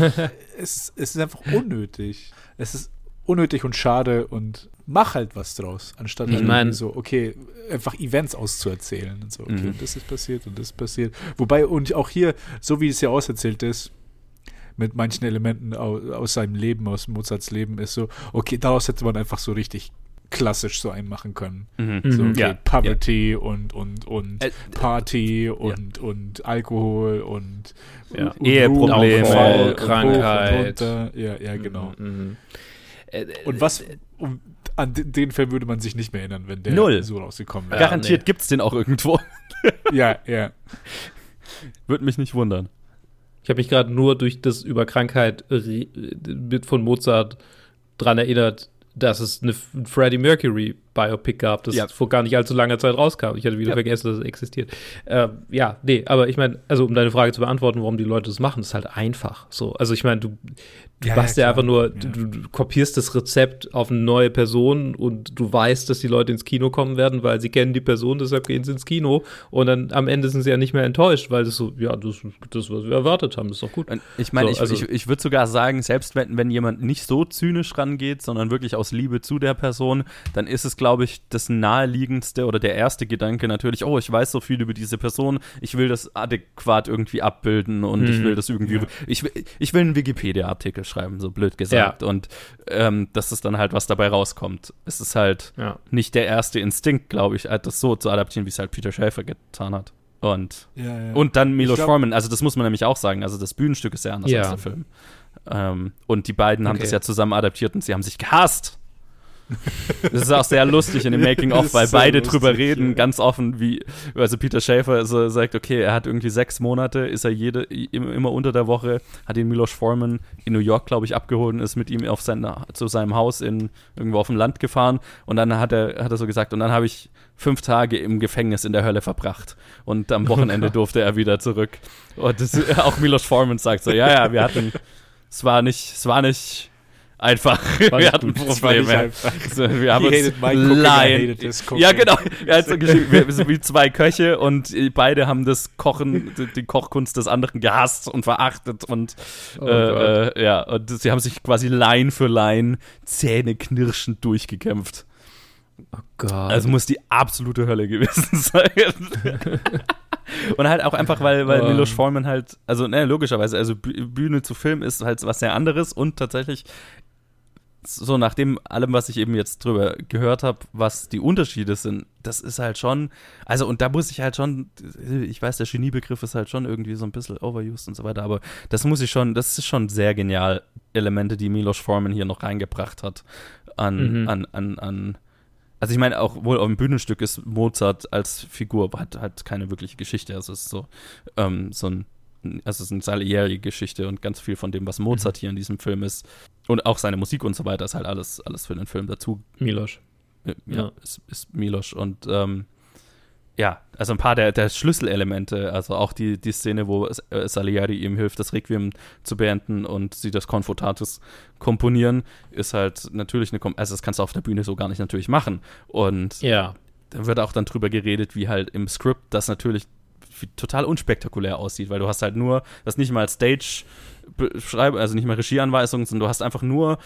es, es ist einfach unnötig. Es ist unnötig und schade und mach halt was draus, anstatt Ich halt mein- irgendwie so, okay, einfach Events auszuerzählen und so, okay, Mhm. und das ist passiert und das ist passiert. Wobei, und auch hier, so wie es hier auserzählt ist, mit manchen Elementen aus, aus seinem Leben, aus Mozarts Leben, ist so, okay, daraus hätte man einfach so richtig klassisch so einen machen können. Mhm. So, okay, Ja, Poverty und, und, und Äh, Party und, und Alkohol und, Ja. und Eheprobleme, Downfall und Krankheit. hoch und runter. Ja, ja, genau. Mhm. Äh, Und was, um, an den, den Film würde man sich nicht mehr erinnern, wenn der Null. so rausgekommen Ja, wäre. Garantiert nee. gibt's den auch irgendwo. Ja, ja. Würde mich nicht wundern. Ich habe mich gerade nur durch das über Krankheit re- mit von Mozart dran erinnert, dass es eine F- ein Freddie Mercury Biopic gab, das Ja. vor gar nicht allzu langer Zeit rauskam. Ich hatte wieder Ja. vergessen, dass es existiert. Äh, ja, nee, aber ich meine, also um deine Frage zu beantworten, warum die Leute das machen, ist halt einfach so. Also ich meine, du, du Ja, machst ja, ja einfach klar. nur, Ja. du, du kopierst das Rezept auf eine neue Person und du weißt, dass die Leute ins Kino kommen werden, weil sie kennen die Person, deshalb gehen sie ins Kino und dann am Ende sind sie ja nicht mehr enttäuscht, weil das so, ja, das ist das, was wir erwartet haben, das ist doch gut. Und ich meine, So, ich, also- ich, ich würde sogar sagen, selbst wenn, wenn jemand nicht so zynisch rangeht, sondern wirklich aus Liebe zu der Person, dann ist es, glaube ich, das naheliegendste oder der erste Gedanke natürlich, oh, ich weiß so viel über diese Person, ich will das adäquat irgendwie abbilden und Mhm. ich will das irgendwie, Ja. ich, will- ich will einen Wikipedia-Artikel schreiben, so blöd gesagt. Und ähm, das ist dann halt, was dabei rauskommt. Es ist halt Ja. nicht der erste Instinkt, glaube ich, halt das so zu adaptieren, wie es halt Peter Schäfer getan hat. Und ja, ja. und dann Milos Ich glaub- Forman, also das muss man nämlich auch sagen, also das Bühnenstück ist ja anders Ja. als der Film. Ähm, und die beiden haben Okay. das ja zusammen adaptiert und sie haben sich gehasst. Das ist auch sehr lustig in dem Das Making-of, ist weil so beide lustig, drüber reden, ja. ganz offen, wie, also Peter Schäfer so sagt, okay, er hat irgendwie sechs Monate, ist er jede, immer, immer unter der Woche, hat ihn Milos Forman in New York, glaube ich, abgeholt und ist mit ihm auf sein, zu seinem Haus in, irgendwo auf dem Land gefahren und dann hat er, hat er so gesagt, und dann habe ich fünf Tage im Gefängnis in der Hölle verbracht und am Wochenende durfte er wieder zurück. Und das, auch Milos Forman sagt so, ja, ja, wir hatten, es war nicht, es war nicht einfach, War wir nicht hatten gut. Das war nicht Probleme. einfach. So, wir haben He uns hated my cooking, I Laien. hated his cooking. Ja, genau. Er hat so geschrieben, wir sind wie zwei Köche und beide haben das Kochen, die, die Kochkunst des anderen gehasst und verachtet und Oh äh, äh, ja, und sie haben sich quasi Line für Line zähneknirschend durchgekämpft. Oh Gott. Also muss die absolute Hölle gewesen sein. Und halt auch einfach, weil, weil Oh. Milos Forman halt, also ne, logischerweise, also Bü- Bühne zu Film ist halt was sehr anderes und tatsächlich so nach dem allem, was ich eben jetzt drüber gehört habe, was die Unterschiede sind, das ist halt schon, also und da muss ich halt schon, ich weiß, der Geniebegriff ist halt schon irgendwie so ein bisschen overused und so weiter, aber das muss ich schon, das ist schon sehr genial, Elemente, die Milos Forman hier noch reingebracht hat an, Mhm. an, an, an also ich meine, auch wohl auf dem Bühnenstück ist Mozart als Figur, hat halt keine wirkliche Geschichte. Also es ist so, ähm, so ein, also es ist eine Salieri Geschichte und ganz viel von dem, was Mozart hier in diesem Film ist und auch seine Musik und so weiter, ist halt alles, alles für den Film dazu. Milos. ja, ja. Ist, ist Milos. Und ähm, ja, also ein paar der, der Schlüsselelemente, also auch die, die Szene, wo äh, Salieri ihm hilft, das Requiem zu beenden und sie das Confutatis komponieren, ist halt natürlich eine, Kom- also das kannst du auf der Bühne so gar nicht natürlich machen. Und ja. da wird auch dann drüber geredet, wie halt im Skript das natürlich total unspektakulär aussieht, weil du hast halt nur, das nicht mal Stage beschreiben, also nicht mal Regieanweisungen, sondern du hast einfach nur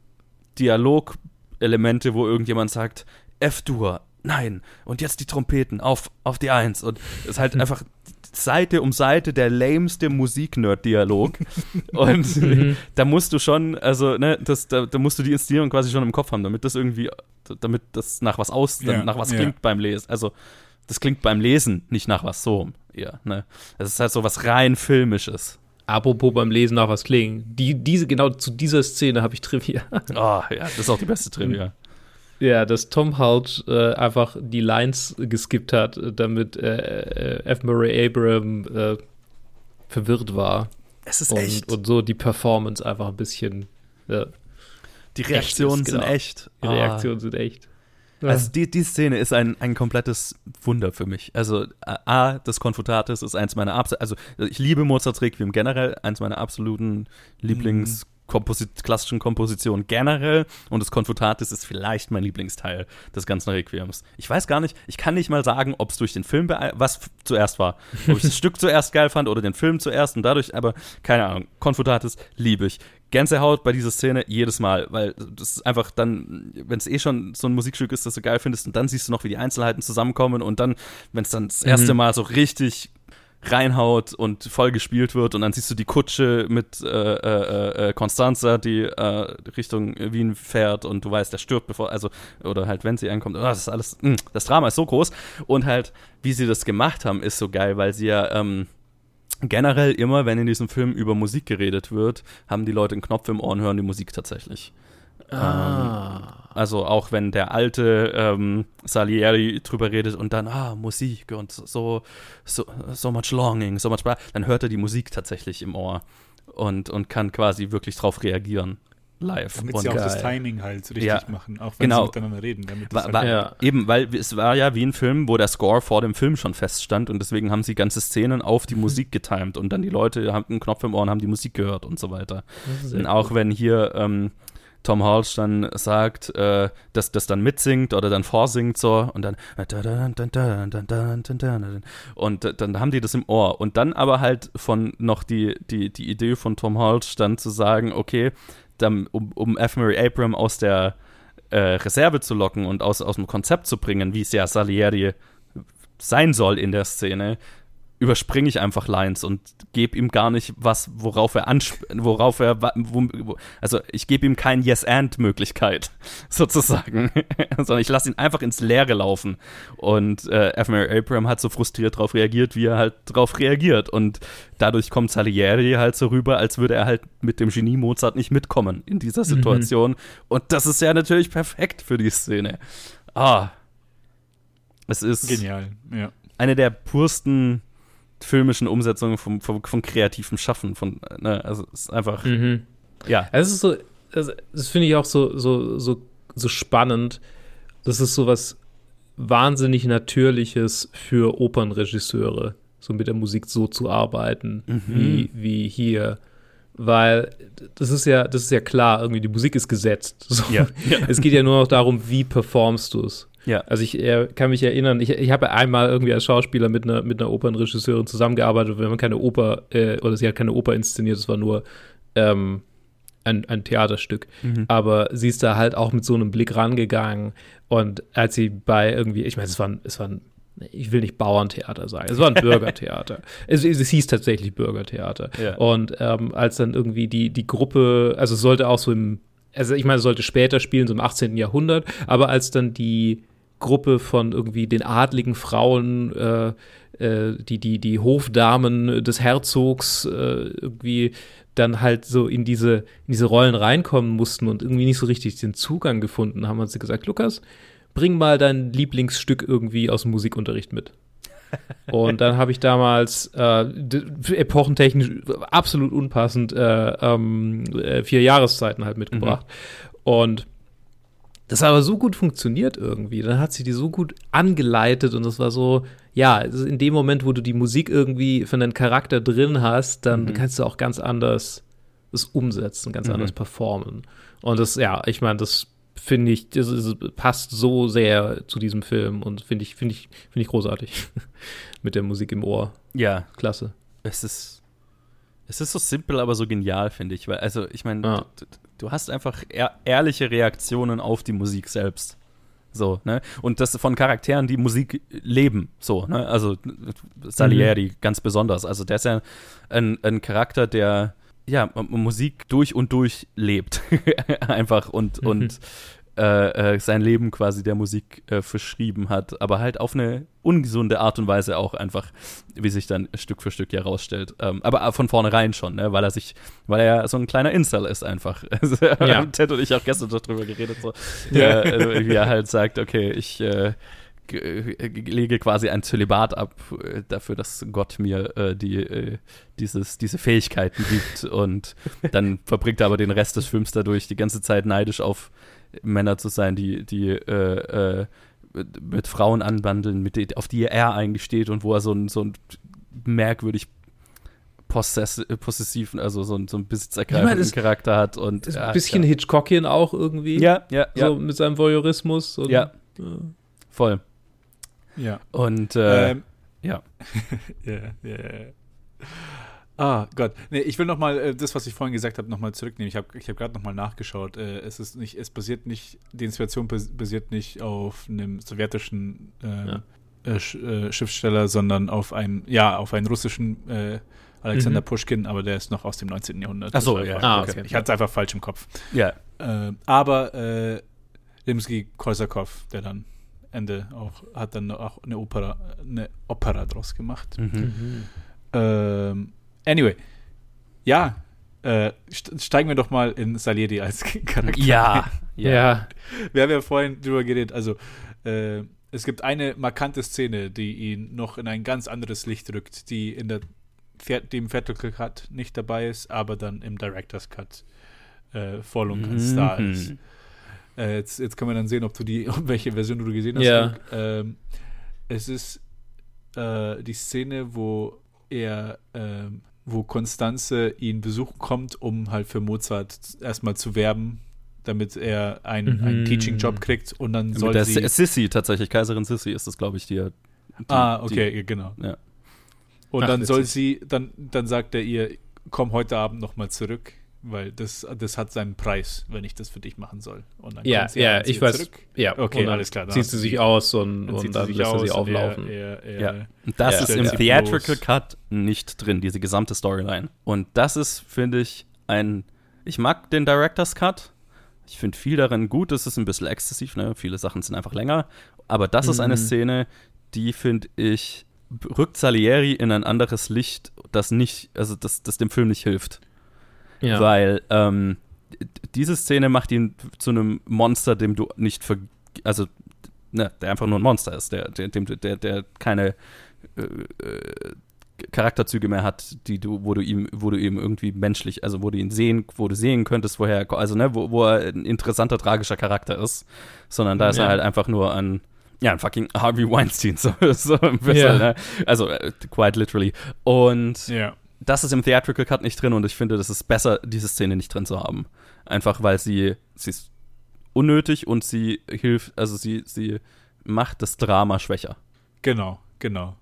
Dialogelemente, wo irgendjemand sagt, F-Dur, nein, und jetzt die Trompeten auf, auf die Eins. Und es ist halt einfach Seite um Seite der lameste Musik-Nerd-Dialog. Und mhm. da musst du schon, also, ne, das, da, da musst du die Inszenierung quasi schon im Kopf haben, damit das irgendwie, damit das nach was aus, ja, nach was ja. klingt beim Lesen. Also, das klingt beim Lesen nicht nach was so, ja, ne. Es ist halt so was rein Filmisches. Apropos beim Lesen nach was klingen. Die, diese, genau zu dieser Szene habe ich Trivia. Oh, ja, das ist auch die beste Trivia. Ja, dass Tom Hulce äh, einfach die Lines geskippt hat, damit äh, F. Murray Abraham äh, verwirrt war. Es ist und, echt. Und so die Performance einfach ein bisschen äh, Die Reaktionen echt ist, sind genau. echt. Die Reaktionen ah. sind echt. Also die, die Szene ist ein, ein komplettes Wunder für mich. Also A, das Confutatis ist eins meiner absoluten, also ich liebe Mozarts Requiem generell, eins meiner absoluten Lieblings- Komposit- klassischen Kompositionen generell und das Confutatis ist vielleicht mein Lieblingsteil des ganzen Requiems. Ich weiß gar nicht, ich kann nicht mal sagen, ob es durch den Film, bee- was f- zuerst war. Ob ich das Stück zuerst geil fand oder den Film zuerst und dadurch, aber keine Ahnung, Confutatis liebe ich. Gänsehaut bei dieser Szene jedes Mal, weil das ist einfach dann, wenn es eh schon so ein Musikstück ist, das du geil findest und dann siehst du noch, wie die Einzelheiten zusammenkommen und dann, wenn es dann das erste Mhm. Mal so richtig reinhaut und voll gespielt wird und dann siehst du die Kutsche mit äh, äh, äh, Constanza, die äh, Richtung Wien fährt und du weißt, der stirbt bevor, also, oder halt, wenn sie ankommt, oh, das ist alles, mh, das Drama ist so groß und halt, wie sie das gemacht haben, ist so geil, weil sie ja ähm, generell immer, wenn in diesem Film über Musik geredet wird, haben die Leute einen Knopf im Ohr und hören die Musik tatsächlich. Ah. Ähm, also auch wenn der alte ähm, Salieri drüber redet und dann, ah, Musik und so, so, so much longing, so much, dann hört er die Musik tatsächlich im Ohr und, und kann quasi wirklich drauf reagieren. Live. Damit und sie auch geil. das Timing halt so richtig Ja, machen, auch wenn genau. sie miteinander reden. Damit das War, halt war, Ja. Eben, weil es war ja wie ein Film, wo der Score vor dem Film schon feststand und deswegen haben sie ganze Szenen auf die Musik getimt und dann die Leute haben einen Knopf im Ohr und haben die Musik gehört und so weiter. Und auch wenn hier ähm, Tom Hulce dann sagt, äh, dass das dann mitsingt oder dann vorsingt so und dann und dann haben die das im Ohr und dann aber halt von noch die, die, die Idee von Tom Hulce dann zu sagen, okay, dann, um, um F. Murray Abraham aus der äh, Reserve zu locken und aus, aus dem Konzept zu bringen, wie es ja Salieri sein soll in der Szene, überspringe ich einfach Lines und gebe ihm gar nicht was, worauf er ansp- worauf er, wo, wo, also ich gebe ihm keine Yes-and-Möglichkeit, sozusagen, sondern ich lasse ihn einfach ins Leere laufen. Und äh, F. Murray Abraham hat so frustriert darauf reagiert, wie er halt darauf reagiert. Und dadurch kommt Salieri halt so rüber, als würde er halt mit dem Genie Mozart nicht mitkommen in dieser Situation. Mhm. Und das ist ja natürlich perfekt für die Szene. Ah. Es ist genial, ja. Eine der pursten filmischen Umsetzungen vom, vom, vom kreativen Schaffen. Von, ne, also es ist einfach, Mhm. ja. Es ist so, das, das finde ich auch so, so, so, so spannend. Das ist so was wahnsinnig Natürliches für Opernregisseure, so mit der Musik so zu arbeiten, Mhm. wie, wie hier. Weil das ist ja, das ist ja klar, irgendwie die Musik ist gesetzt. So. Ja. Ja. Es geht ja nur noch darum, wie performst du es. Ja. Also ich äh, kann mich erinnern, ich, ich habe einmal irgendwie als Schauspieler mit einer, mit einer Opernregisseurin zusammengearbeitet, wenn man keine Oper, äh, oder sie hat keine Oper inszeniert, es war nur ähm, ein, ein Theaterstück. Mhm. Aber sie ist da halt auch mit so einem Blick rangegangen und als sie bei irgendwie, ich meine, es war, ein, es war ein, ich will nicht Bauerntheater sagen, es war ein Bürgertheater. es, es hieß tatsächlich Bürgertheater. Ja. Und ähm, als dann irgendwie die, die Gruppe, also es sollte auch so im, also ich meine, es sollte später spielen, so im achtzehnten Jahrhundert, aber als dann die Gruppe von irgendwie den adligen Frauen, äh, äh, die, die, die Hofdamen des Herzogs äh, irgendwie dann halt so in diese, in diese Rollen reinkommen mussten und irgendwie nicht so richtig den Zugang gefunden haben, haben sie gesagt, Lukas, bring mal dein Lieblingsstück irgendwie aus dem Musikunterricht mit. Und dann habe ich damals äh, d- epochentechnisch absolut unpassend äh, ähm, äh, vier Jahreszeiten halt mitgebracht. Mhm. Und das hat aber so gut funktioniert irgendwie. Dann hat sie die so gut angeleitet und das war so, ja, in dem Moment, wo du die Musik irgendwie von deinem Charakter drin hast, dann mhm. kannst du auch ganz anders das umsetzen, ganz mhm. anders performen. Und das, ja, ich meine, das finde ich, das ist, passt so sehr zu diesem Film und finde ich, finde ich, finde ich großartig. Mit der Musik im Ohr. Ja. Klasse. Es ist, es ist so simpel, aber so genial, finde ich. Weil, also, ich meine, ja. du, du hast einfach ehr- ehrliche Reaktionen auf die Musik selbst. So, ne? Und das von Charakteren, die Musik leben. So, ne? Also, Salieri mhm. ganz besonders. Also, der ist ja ein, ein Charakter, der ja, Musik durch und durch lebt. Einfach und, mhm. und äh, äh, sein Leben quasi der Musik äh, verschrieben hat, aber halt auf eine ungesunde Art und Weise auch einfach, wie sich dann Stück für Stück herausstellt. Ähm, aber von vornherein schon, ne? Weil er sich, weil er ja so ein kleiner Incel ist einfach. Ja. Ted und ich auch gestern darüber geredet, so. Ja. Äh, wie er halt sagt, okay, ich äh, g- lege quasi ein Zölibat ab äh, dafür, dass Gott mir äh, die, äh, dieses, diese Fähigkeiten gibt und dann verbringt er aber den Rest des Films dadurch, die ganze Zeit neidisch auf Männer zu sein, die, die äh, äh, mit Frauen anbandeln, mit die, auf die er eigentlich steht und wo er so ein, so ein merkwürdig possess- possessiven, also so ein, so ein besitzergreifenden ich mein, Charakter hat. Und, ist ja, ein bisschen ja. Hitchcockian auch irgendwie. Ja, ja, ja. So mit seinem Voyeurismus. Und, ja. ja, voll. Ja. Und, äh, ähm, ja. Ja, ja, ja. Ah, Gott. Nee, ich will nochmal äh, das, was ich vorhin gesagt habe, nochmal zurücknehmen. Ich habe ich hab gerade nochmal nachgeschaut. Äh, es ist nicht, es basiert nicht, die Inspiration bas- basiert nicht auf einem sowjetischen äh, ja. äh, Sch- äh, Schriftsteller, sondern auf einem, ja, auf einen russischen äh, Alexander mhm. Puschkin, aber der ist noch aus dem neunzehnten Jahrhundert. Ach so, ja. Ah, okay. Ich hatte es einfach falsch im Kopf. Ja. Äh, aber äh, Rimsky-Korsakow, der dann Ende auch, hat dann auch eine Opera, eine Opera draus gemacht. Mhm. Mhm. Ähm, Anyway, ja, äh, steigen wir doch mal in Salieri als Charakter Ja, ein. ja. ja. Wir haben ja vorhin drüber geredet, also äh, es gibt eine markante Szene, die ihn noch in ein ganz anderes Licht rückt, die in der die im Theatrical Cut nicht dabei ist, aber dann im Director's Cut äh, voll und ganz mhm. da ist. Äh, jetzt, jetzt können wir dann sehen, ob du die, welche Version du gesehen hast. Ja. Ähm, es ist äh, die Szene, wo er ähm, wo Constanze ihn besuchen kommt, um halt für Mozart erstmal zu werben, damit er ein, Mhm. einen Teaching-Job kriegt und dann soll Mit der sie... S- Sissi tatsächlich, Kaiserin Sissi ist das, glaube ich, die, die ah, okay, die, genau. Ja. Und Ach, dann soll witzig. sie, dann, dann sagt er ihr, komm heute Abend nochmal zurück, weil das, das hat seinen Preis, wenn ich das für dich machen soll. Und dann Ja, kommt sie ja, abends ich wieder weiß. zurück. Ja, Okay, und dann alles klar, dann Zieht hast sie du sich sie- aus und, Dann und zieht dann sie sich lässt er aus sie und auflaufen. Er, er, Ja. er, Und das Ja. ist stellt im sie Theatrical bloß. Cut nicht drin, diese gesamte Storyline. Und das ist, finde ich, ein. Ich mag den Director's Cut. Ich finde viel darin gut. Es ist ein bisschen exzessiv, ne? Viele Sachen sind einfach länger. Aber das ist eine Mhm. Szene, die, finde ich, rückt Salieri in ein anderes Licht, das nicht, also das, das dem Film nicht hilft. Ja. Weil ähm, d- diese Szene macht ihn zu einem Monster, dem du nicht ver also ne, der einfach nur ein Monster ist, der, der, dem, der, der keine äh, äh, Charakterzüge mehr hat, die du, wo du ihm, wo du ihm irgendwie menschlich, also wo du ihn sehen, wo du sehen könntest, woher, er ko- also ne, wo, wo er ein interessanter, tragischer Charakter ist, sondern da ist Ja. er halt einfach nur ein, ja, ein fucking Harvey Weinstein, so, so ein bisschen, Ja. ne? Also äh, quite literally. Und Ja. das ist im Theatrical Cut nicht drin und ich finde, das ist besser, diese Szene nicht drin zu haben. Einfach weil sie, sie ist unnötig und sie hilft, also sie, sie macht das Drama schwächer. Genau, genau.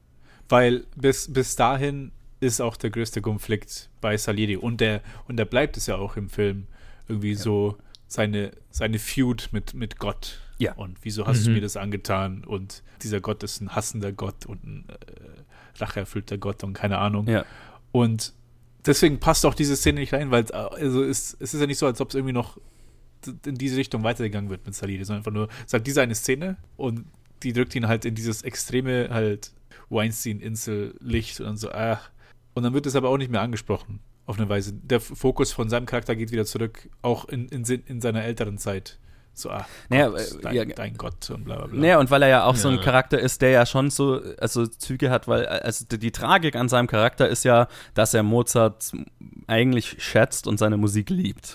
Weil bis, bis dahin ist auch der größte Konflikt bei Salieri. Und der, und der bleibt es ja auch im Film. Irgendwie Ja. so seine, seine Feud mit, mit Gott. Ja. Und wieso hast Mhm. du mir das angetan? Und dieser Gott ist ein hassender Gott und ein äh, racheerfüllter Gott und keine Ahnung. Ja. Und deswegen passt auch diese Szene nicht rein, weil es, also es, es ist ja nicht so, als ob es irgendwie noch in diese Richtung weitergegangen wird mit Salieri, sondern einfach nur, es hat diese eine Szene und die drückt ihn halt in dieses extreme halt Weinstein-Insel-Licht und dann so, ach. Und dann wird es aber auch nicht mehr angesprochen, auf eine Weise. Der Fokus von seinem Charakter geht wieder zurück, auch in, in, in seiner älteren Zeit. So, ach, Naja, Gott, äh, dein, ja, dein Gott und bla bla bla. Naja, und weil er ja auch so ein Ja. Charakter ist, der ja schon so, also Züge hat, weil, also die, die Tragik an seinem Charakter ist ja, dass er Mozart eigentlich schätzt und seine Musik liebt.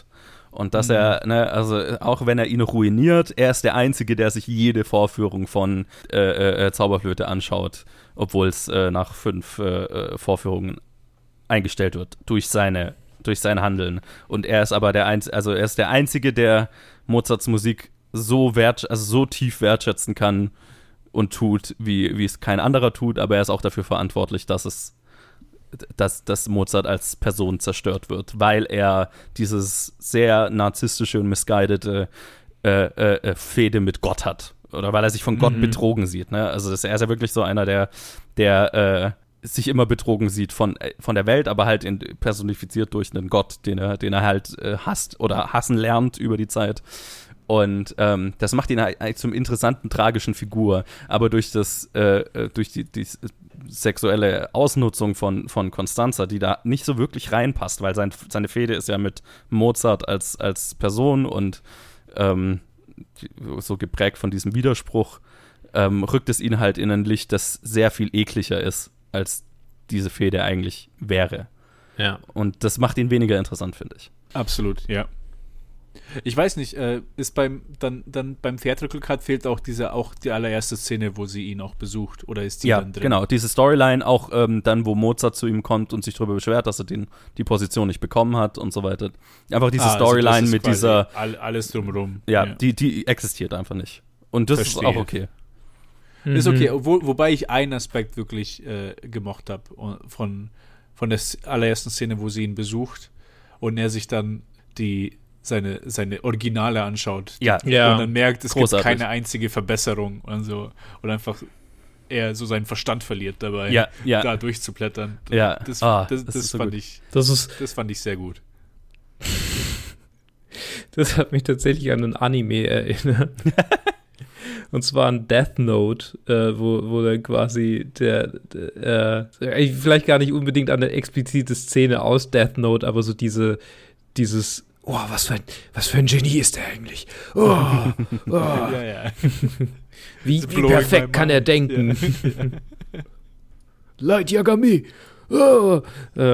Und dass mhm. er, ne, also auch wenn er ihn ruiniert, er ist der Einzige, der sich jede Vorführung von äh, äh, Zauberflöte anschaut, obwohl es äh, nach fünf äh, Vorführungen eingestellt wird durch seine, durch sein Handeln. Und er ist aber der Einzige, also er ist der Einzige, der Mozarts Musik so wert, also so tief wertschätzen kann und tut, wie, wie es kein anderer tut, aber er ist auch dafür verantwortlich, dass es Dass, dass Mozart als Person zerstört wird, weil er dieses sehr narzisstische und misguidete äh, äh, Fehde mit Gott hat. Oder weil er sich von Gott mhm. betrogen sieht. Ne? Also das, er ist ja wirklich so einer, der, der äh, sich immer betrogen sieht von, von der Welt, aber halt in, personifiziert durch einen Gott, den er, den er halt äh, hasst oder hassen lernt über die Zeit. Und ähm, das macht ihn eigentlich zum interessanten, tragischen Figur. Aber durch das, äh, durch die, die sexuelle Ausnutzung von, von Constanza, die da nicht so wirklich reinpasst, weil sein, seine Fehde ist ja mit Mozart als, als Person und ähm, so geprägt von diesem Widerspruch, ähm, rückt es ihn halt in ein Licht, das sehr viel ekliger ist, als diese Fehde eigentlich wäre. Ja. Und das macht ihn weniger interessant, finde ich. Absolut, ja. Ich weiß nicht, äh, ist beim dann, dann beim Theatrical Cut fehlt auch diese auch die allererste Szene, wo sie ihn auch besucht, oder ist die ja, dann drin? Ja, genau, diese Storyline auch ähm, dann, wo Mozart zu ihm kommt und sich darüber beschwert, dass er den, die Position nicht bekommen hat und so weiter. Einfach diese ah, Storyline also mit dieser all, alles drumherum. Ja, ja. Die, die existiert einfach nicht. Und das Verstehe. Ist auch okay. Mhm. Ist okay, wo, wobei ich einen Aspekt wirklich äh, gemocht habe von, von der allerersten Szene, wo sie ihn besucht und er sich dann die seine, seine Originale anschaut. Ja. Ja. Und dann merkt, es Großartig. Gibt keine einzige Verbesserung und so. Und einfach er so seinen Verstand verliert dabei, ja, ja. da durchzublättern. Ja. Das, ah, das, das, das so fand gut. ich das, ist, das fand ich sehr gut. Das hat mich tatsächlich an einen Anime erinnert. Und zwar an Death Note, äh, wo, wo dann quasi der, der äh, vielleicht gar nicht unbedingt an eine explizite Szene aus Death Note, aber so diese, dieses oh, was für ein, was für ein Genie ist der eigentlich? Oh, oh. ja, ja. Wie, wie perfekt kann er denken? Ja. Light Yagami. Oh. äh,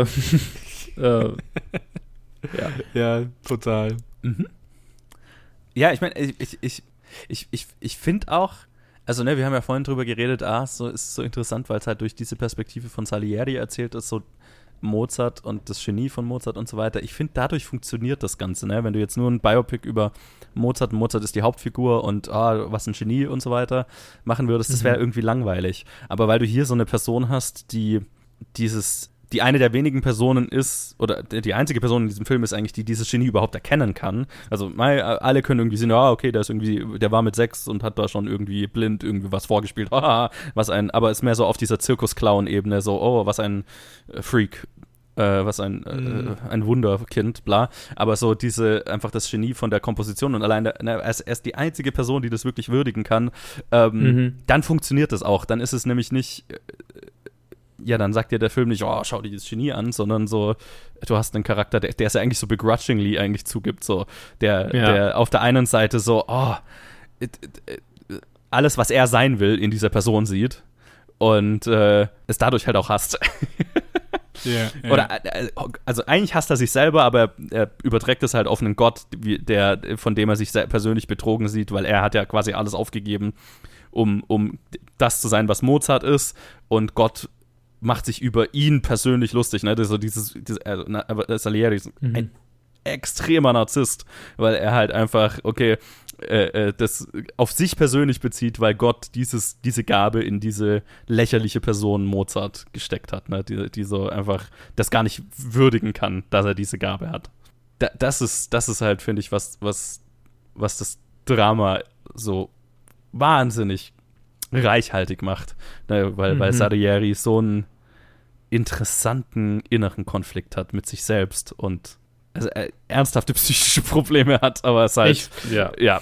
äh, ja. ja, total. Mhm. Ja, ich meine, ich, ich, ich, ich, ich, ich finde auch, also ne, wir haben ja vorhin drüber geredet, ah, so ist so interessant, weil es halt durch diese Perspektive von Salieri erzählt ist, so Mozart und das Genie von Mozart und so weiter. Ich finde, dadurch funktioniert das Ganze, ne? Wenn du jetzt nur ein Biopic über Mozart, Mozart ist die Hauptfigur und ah, was ein Genie und so weiter machen würdest, das wäre mhm. irgendwie langweilig. Aber weil du hier so eine Person hast, die dieses, die eine der wenigen Personen ist, oder die einzige Person in diesem Film ist eigentlich, die dieses Genie überhaupt erkennen kann. Also alle können irgendwie sehen, ah, okay, der ist irgendwie, der war mit sechs und hat da schon irgendwie blind irgendwie was vorgespielt. Haha, was ein, aber ist mehr so auf dieser Zirkus-Clown-Ebene, so, oh, was ein Freak, äh, was ein, mhm. äh, ein Wunderkind, bla. Aber so diese, einfach das Genie von der Komposition und allein, der, ne, er, ist, er ist die einzige Person, die das wirklich würdigen kann, ähm, mhm. dann funktioniert das auch. Dann ist es nämlich nicht äh, ja, dann sagt dir der Film nicht, oh, schau dir das Genie an, sondern so, du hast einen Charakter, der, der es ja eigentlich so begrudgingly eigentlich zugibt, so, der, ja. der auf der einen Seite so, oh, it, it, it, alles, was er sein will, in dieser Person sieht und äh, es dadurch halt auch hasst. Yeah, yeah. Oder, also eigentlich hasst er sich selber, aber er überträgt es halt auf einen Gott, der, von dem er sich persönlich betrogen sieht, weil er hat ja quasi alles aufgegeben, um, um das zu sein, was Mozart ist, und Gott macht sich über ihn persönlich lustig, ne? Das so dieses, dieses äh, Salieri ist mhm. ein extremer Narzisst, weil er halt einfach, okay, äh, das auf sich persönlich bezieht, weil Gott dieses, diese Gabe in diese lächerliche Person Mozart gesteckt hat, ne? Die, die so einfach das gar nicht würdigen kann, dass er diese Gabe hat. Da, das ist, das ist halt, finde ich, was, was, was das Drama so wahnsinnig reichhaltig macht, ne, weil, mhm. weil Salieri so einen interessanten inneren Konflikt hat mit sich selbst und also, äh, ernsthafte psychische Probleme hat, aber es halt ich, ja, ja.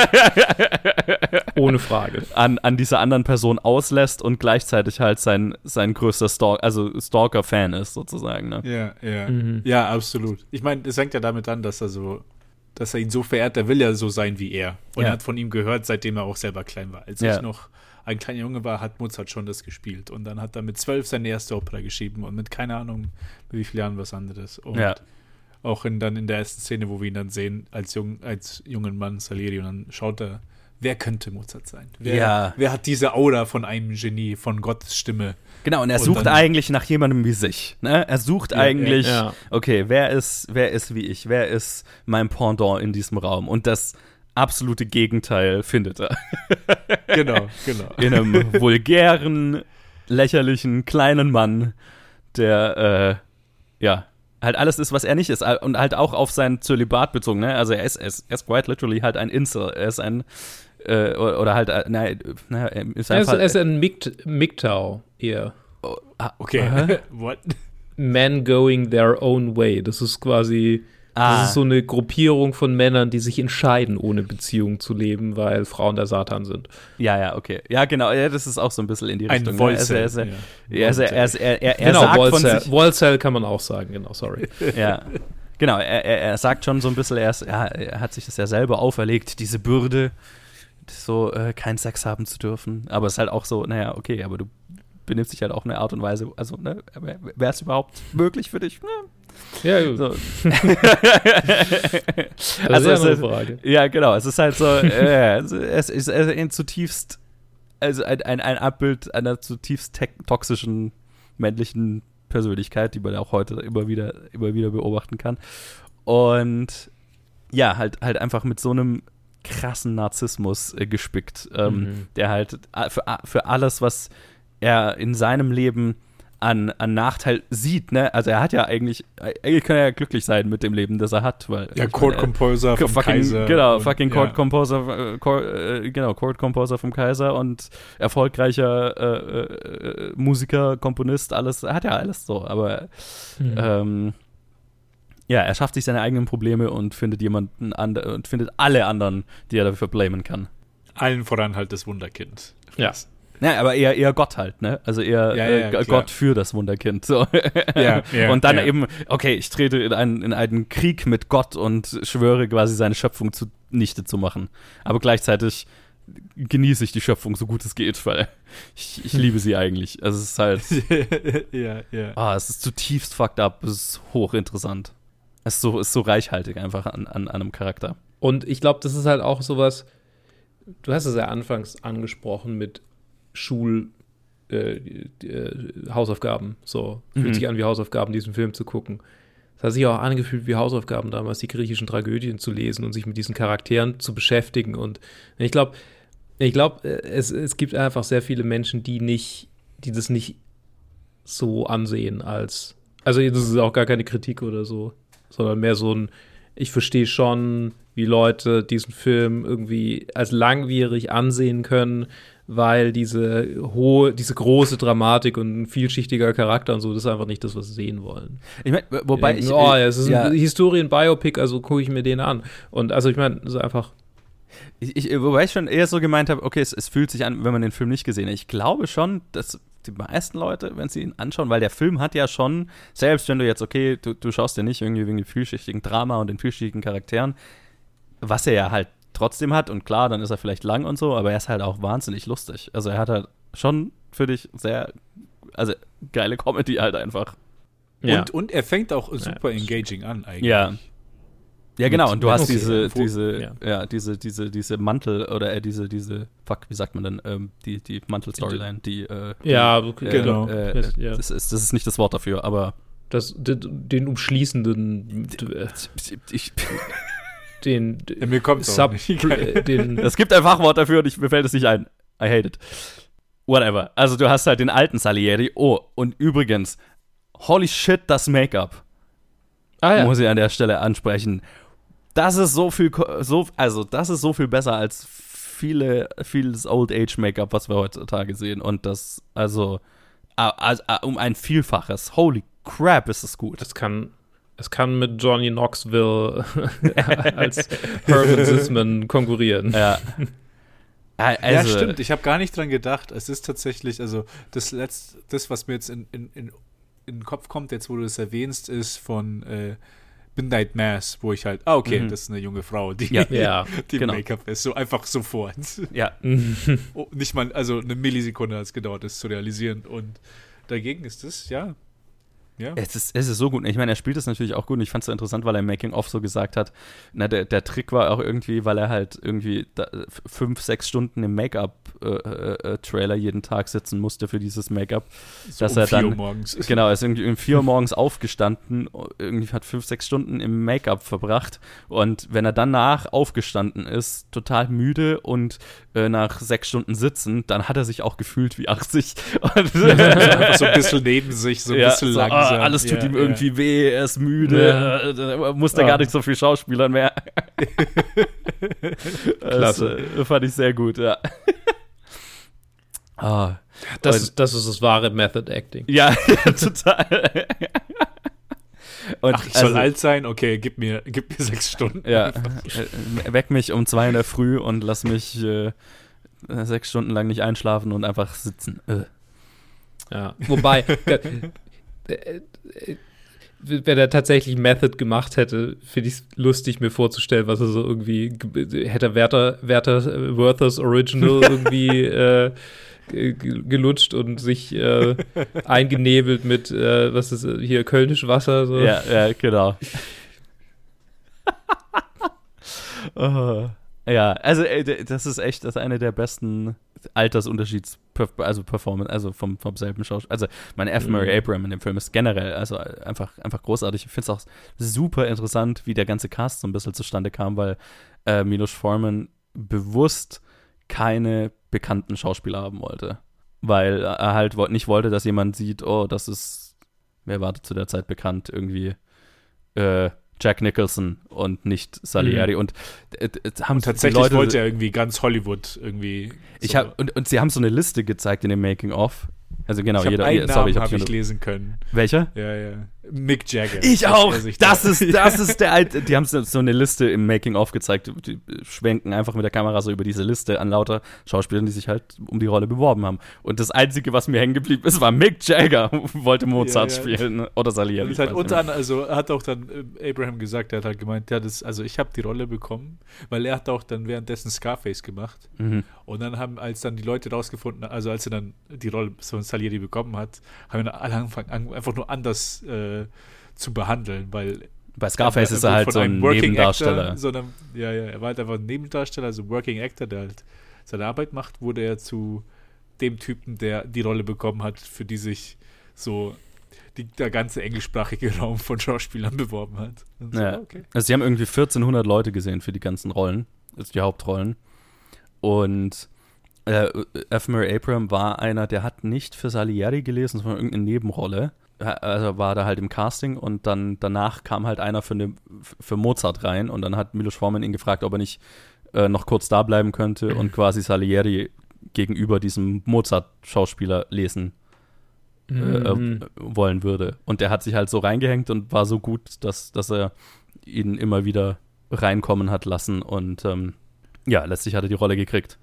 ohne Frage an, an dieser anderen Person auslässt und gleichzeitig halt sein, sein größter Stalk, also Stalker-Fan ist sozusagen. Ne? Ja, ja, mhm. ja, absolut. Ich meine, es fängt ja damit an, dass er so dass er ihn so verehrt, der will ja so sein wie er. Und ja. er hat von ihm gehört, seitdem er auch selber klein war. Als ja. ich noch ein kleiner Junge war, hat Mozart schon das gespielt. Und dann hat er mit zwölf seine erste Opera geschrieben und mit keine Ahnung, mit wie vielen Jahren was anderes. Und, ja. Auch in, dann in der ersten Szene, wo wir ihn dann sehen, als, jung, als jungen Mann Salieri, und dann schaut er, wer könnte Mozart sein? Wer, Ja. wer hat diese Aura von einem Genie, von Gottes Stimme? Genau, und er Und sucht dann- eigentlich nach jemandem wie sich. Ne? Er sucht Ja, eigentlich, ja, ja. okay, wer ist, wer ist wie ich? Wer ist mein Pendant in diesem Raum? Und das absolute Gegenteil findet er. Genau, genau. In einem vulgären, lächerlichen, kleinen Mann, der, äh, ja, halt alles ist, was er nicht ist. Und halt auch auf sein Zölibat bezogen. Ne? Also er ist, er ist, er ist quite literally halt ein Incel. Er ist ein, äh, oder, oder halt, äh, naja, na, er ist Er ist, einfach. er ist ein Mikt- Miktau eher. oh, ah, Okay, aha. what? Men going their own way. Das ist quasi, Ah. das ist so eine Gruppierung von Männern, die sich entscheiden, ohne Beziehung zu leben, weil Frauen der Satan sind. Ja, ja, okay. Ja, genau. Ja, das ist auch so ein bisschen in die Ein Richtung. Volcel. Ne? Er, ist- er, Ja. er, ist- er, ist- er, er, er genau, sagt von Volcel, sich. Volcel kann man auch sagen, genau, sorry. Ja. Genau, er, er, er sagt schon so ein bisschen, er, ist, ja, er hat sich das ja selber auferlegt, diese Bürde, so äh, keinen Sex haben zu dürfen. Aber es ist halt auch so, naja, okay, aber du benimmst dich halt auch in einer Art und Weise, also, ne, wäre es überhaupt möglich für dich? Ne? Ja, gut. So. Das Also ist ja es eine ist- Frage. Ja, genau, es ist halt so, äh, es es ist ein zutiefst, also ein, ein, ein Abbild einer zutiefst te- toxischen männlichen Persönlichkeit, die man auch heute immer wieder, immer wieder beobachten kann. Und ja, halt, halt einfach mit so einem krassen Narzissmus äh, gespickt, ähm, Mhm. der halt a- für, a- für alles, was er in seinem Leben an, an Nachteil sieht, ne? Also er hat ja eigentlich, eigentlich kann er ja glücklich sein mit dem Leben, das er hat, weil Ja, ich Chord meine, er- Composer vom fucking, Kaiser. Genau, und- fucking ja. Chord Composer, äh, Chord, äh, genau, Chord Composer vom Kaiser und erfolgreicher äh, äh, Musiker, Komponist, alles, er hat ja alles so, aber Mhm. ähm, ja, er schafft sich seine eigenen Probleme und findet jemanden ander und findet alle anderen, die er dafür blamen kann. Allen voran halt das Wunderkind. Ja. Ja, aber eher, eher Gott halt, ne? Also eher Ja, ja, äh, ja, G- klar. Gott für das Wunderkind. So. Ja, ja, und dann ja. eben, okay, ich trete in einen, in einen Krieg mit Gott und schwöre quasi seine Schöpfung zunichte zu machen. Aber gleichzeitig genieße ich die Schöpfung so gut es geht, weil ich, ich liebe sie eigentlich. Also es ist halt, ja, ja. ah, es ist zutiefst fucked up, es ist hochinteressant. Es ist so, ist so reichhaltig einfach an, an, an einem Charakter. Und ich glaube, das ist halt auch sowas, du hast es ja anfangs angesprochen mit Schul, äh, äh, Hausaufgaben. So, fühlt Mhm. sich an wie Hausaufgaben, diesen Film zu gucken. Es hat sich auch angefühlt wie Hausaufgaben damals, die griechischen Tragödien zu lesen und sich mit diesen Charakteren zu beschäftigen. Und ich glaube, ich glaube, es, es gibt einfach sehr viele Menschen, die nicht, die das nicht so ansehen als, also das ist auch gar keine Kritik oder so, sondern mehr so ein, ich verstehe schon, wie Leute diesen Film irgendwie als langwierig ansehen können, weil diese hohe, diese große Dramatik und ein vielschichtiger Charakter und so, das ist einfach nicht das, was sie sehen wollen. Ich meine, wobei Die ich. denken, oh, ja, es ist ja. ein Historien-Biopic, also gucke ich mir den an. Und also ich meine, so einfach. Ich, ich, wobei ich schon eher so gemeint habe, okay, es, es fühlt sich an, wenn man den Film nicht gesehen hat. Ich glaube schon, dass die meisten Leute, wenn sie ihn anschauen, weil der Film hat ja schon, selbst wenn du jetzt, okay, du, du schaust dir nicht irgendwie wegen dem vielschichtigen Drama und den vielschichtigen Charakteren, was er ja halt trotzdem hat, und klar, dann ist er vielleicht lang und so, aber er ist halt auch wahnsinnig lustig. Also er hat halt schon für dich sehr, also geile Comedy halt einfach. Und, und er fängt auch super Ja. engaging an eigentlich. Ja. Ja, genau, und du hast okay, diese, wo- diese, ja. ja. diese, diese, diese Mantel, oder äh, diese, diese, fuck, wie sagt man denn, ähm, die, die Mantel-Storyline, die, äh, Ja, die, okay, äh, genau. Äh, Das- ja. das, ist, das ist nicht das Wort dafür, aber Das, den, den umschließenden, ich, den, Ja, mir kommt's auch Sub, nicht. den, es gibt ein Fachwort dafür und ich, mir fällt es nicht ein. I hate it. Whatever. Also du hast halt den alten Salieri. Oh, und übrigens, holy shit, das Make-up. ah ja, Muss ich an der Stelle ansprechen. Das ist so viel, ko- so, also das ist so viel besser als viele, vieles Old-Age-Make-up, was wir heutzutage sehen. Und das, also, ah, also ah, um ein Vielfaches. Holy crap, ist das gut. das kann, es kann mit Johnny Knoxville als Herman Sisman konkurrieren. Ja. Ah, Ja, also, stimmt. Ich habe gar nicht dran gedacht. Es ist tatsächlich, also das letzte, das, was mir jetzt in, in, in, in den Kopf kommt, jetzt wo du es erwähnst, ist von äh, Midnight Mass, wo ich halt, ah, okay, Mhm. das ist eine junge Frau, die, Ja. Ja. die genau. Make-up ist. So einfach sofort. Ja. Oh, nicht mal, also eine Millisekunde hat es gedauert, das zu realisieren. Und dagegen ist es, ja, Ja. Es ist, es ist so gut. Ich meine, er spielt es natürlich auch gut und ich fand es so interessant, weil er im Making-of so gesagt hat, na, der, der Trick war auch irgendwie, weil er halt irgendwie da, fünf, sechs Stunden im Make-up-Trailer äh, äh, jeden Tag sitzen musste für dieses Make-up. So dass um er dann, vier Uhr morgens. Genau, er ist irgendwie um vier Uhr morgens aufgestanden, irgendwie hat fünf, sechs Stunden im Make-up verbracht und wenn er danach aufgestanden ist, total müde und äh, nach sechs Stunden sitzen, dann hat er sich auch gefühlt wie achtzig. Und einfach so ein bisschen neben sich, so ein ja, bisschen so, langsam. Ah, alles tut ja, ihm irgendwie ja. weh, er ist müde, Ja. äh, da muss er Ah. gar nicht so viel schauspielern mehr. Klasse. Das äh, fand ich sehr gut, ja. ah, Das und- ist, das ist das wahre Method Acting. ja, total. Und Ach, ich soll also, alt sein? Okay, gib mir, gib mir sechs Stunden. ja, äh, weck mich um zwei in der Früh und lass mich äh, sechs Stunden lang nicht einschlafen und einfach sitzen. Äh. Ja. Wobei, äh, äh, äh, wenn er tatsächlich Method gemacht hätte, finde ich es lustig, mir vorzustellen, was er so irgendwie ge- hätte Werther, Werther Werthers Original irgendwie äh, ge- gelutscht und sich äh, eingenebelt mit, äh, was ist äh, hier, Kölnisch Wasser. So. Ja, ja, genau. oh. Ja, also ey, d- das ist echt, das ist eine der besten Altersunterschieds, also Performance, also vom, vom selben Schauspieler. Also mein F. Murray Mhm. Abraham in dem Film ist generell, also einfach, einfach großartig. Ich finde es auch super interessant, wie der ganze Cast so ein bisschen zustande kam, weil äh, Milos Forman bewusst keine bekannten Schauspieler haben wollte. Weil er halt wo- nicht wollte, dass jemand sieht, oh, das ist, wer war zu der Zeit bekannt, irgendwie äh, Jack Nicholson und nicht Salieri. Mhm. Und äh, äh, haben Und tatsächlich die Leute, wollte er irgendwie ganz Hollywood irgendwie. ich so- hab, und, und sie haben so eine Liste gezeigt in dem Making-of. Also genau, ich hab jeder, einen jeder sorry, ich Namen habe hab hab ich lesen können. Welcher? Ja, ja. Mick Jagger. Ich Dass auch. er sich Das da- ist, das ist der alte. Die haben so so eine Liste im Making-of gezeigt. Die schwenken einfach mit der Kamera so über diese Liste an lauter Schauspielern, die sich halt um die Rolle beworben haben. Und das Einzige, was mir hängen geblieben ist, war Mick Jagger, wollte Mozart Ja, ja. spielen oder Salieri. Und ich es halt weiß nicht unter mehr. anderem, also hat auch dann äh, Abraham gesagt, der hat halt gemeint, ja, das, also ich habe die Rolle bekommen, weil er hat auch dann währenddessen Scarface gemacht. Mhm. Und dann haben, als dann die Leute rausgefunden, also als er dann die Rolle von Salieri bekommen hat, haben wir alle angefangen, an, einfach nur anders äh, zu behandeln, weil Bei Scarface er ist er wurde halt von so ein einem Working Nebendarsteller. Actor, sondern, ja, ja, er war halt einfach ein Nebendarsteller, also Working Actor, der halt seine Arbeit macht, wurde er zu dem Typen, der die Rolle bekommen hat, für die sich so die, der ganze englischsprachige Raum von Schauspielern beworben hat. Und so, Ja. okay. Also sie haben irgendwie vierzehnhundert Leute gesehen für die ganzen Rollen, also die Hauptrollen. Und äh, F. Murray Abraham war einer, der hat nicht für Salieri gelesen, sondern irgendeine Nebenrolle. Also war da halt im Casting und dann danach kam halt einer für, eine, für Mozart rein und dann hat Milos Forman ihn gefragt, ob er nicht äh, noch kurz da bleiben könnte und quasi Salieri gegenüber diesem Mozart-Schauspieler lesen äh, Mhm. äh, wollen würde. Und der hat sich halt so reingehängt und war so gut, dass, dass er ihn immer wieder reinkommen hat lassen und ähm, ja, letztlich hat er die Rolle gekriegt.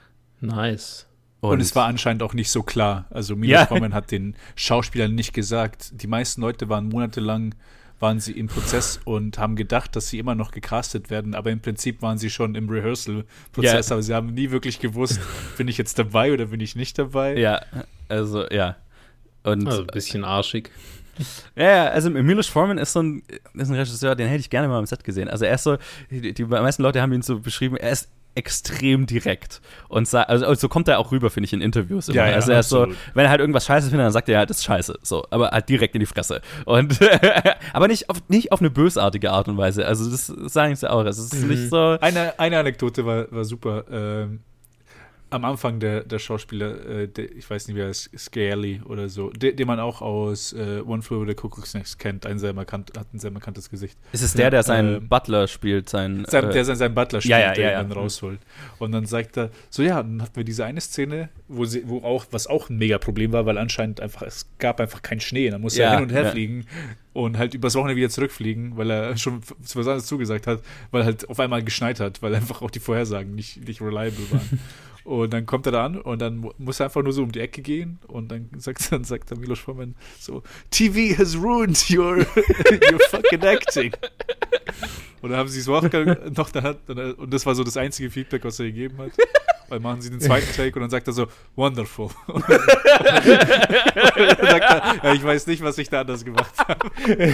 Nice. Und, es war anscheinend auch nicht so klar. Also Milos Ja. Forman hat den Schauspielern nicht gesagt. Die meisten Leute waren monatelang, waren sie im Prozess und haben gedacht, dass sie immer noch gecastet werden, aber im Prinzip waren sie schon im Rehearsal-Prozess, Ja. aber sie haben nie wirklich gewusst, bin ich jetzt dabei oder bin ich nicht dabei. Ja, also ja. Und Also ein bisschen arschig. ja, ja, also Milos Forman ist so ein, ist ein Regisseur, den hätte ich gerne mal im Set gesehen. Also er ist so, die, die meisten Leute haben ihn so beschrieben, er ist extrem direkt. Und sa- also so kommt er auch rüber, finde ich, in Interviews. Immer. Ja, ja, also er ist so, absolut. wenn er halt irgendwas scheiße findet, dann sagt er, ja, das ist scheiße. So, aber halt direkt in die Fresse. Und aber nicht auf, nicht auf eine bösartige Art und Weise. Also das sagen sie auch. Es ist Mhm. nicht so. Eine, eine Anekdote war, war super. Ähm, am Anfang der, der Schauspieler, äh, der, ich weiß nicht, wer ist, Scaly oder so, der, den man auch aus äh, One Flew Over the Cuckoo's Nest kennt, ein sehr markant, hat ein sehr markantes Gesicht. Ist es der, der seinen Ähm, Butler spielt, sein, Sein, äh, der sein, sein Butler spielt, ja, ja, der ja, ihn ja. dann rausholt. Und dann sagt er, so ja, dann hatten wir diese eine Szene, wo sie, wo auch, was auch ein mega Problem war, weil anscheinend einfach, es gab einfach keinen Schnee. Dann musste Ja, er hin und her ja. fliegen und halt übers Wochenende wieder zurückfliegen, weil er schon was anderes zugesagt hat, weil halt auf einmal geschneit hat, weil einfach auch die Vorhersagen nicht, nicht reliable waren. Und dann kommt er da an und dann mu- muss er einfach nur so um die Ecke gehen und dann sagt, dann sagt der Milos Forman so, T V has ruined your, your fucking acting. Und dann haben sie es noch, noch dann hat, dann, und das war so das einzige Feedback, was er gegeben hat. Dann machen sie den zweiten Take und dann sagt er so, wonderful. Und dann, und dann sagt er, ja, ich weiß nicht, was ich da anders gemacht habe.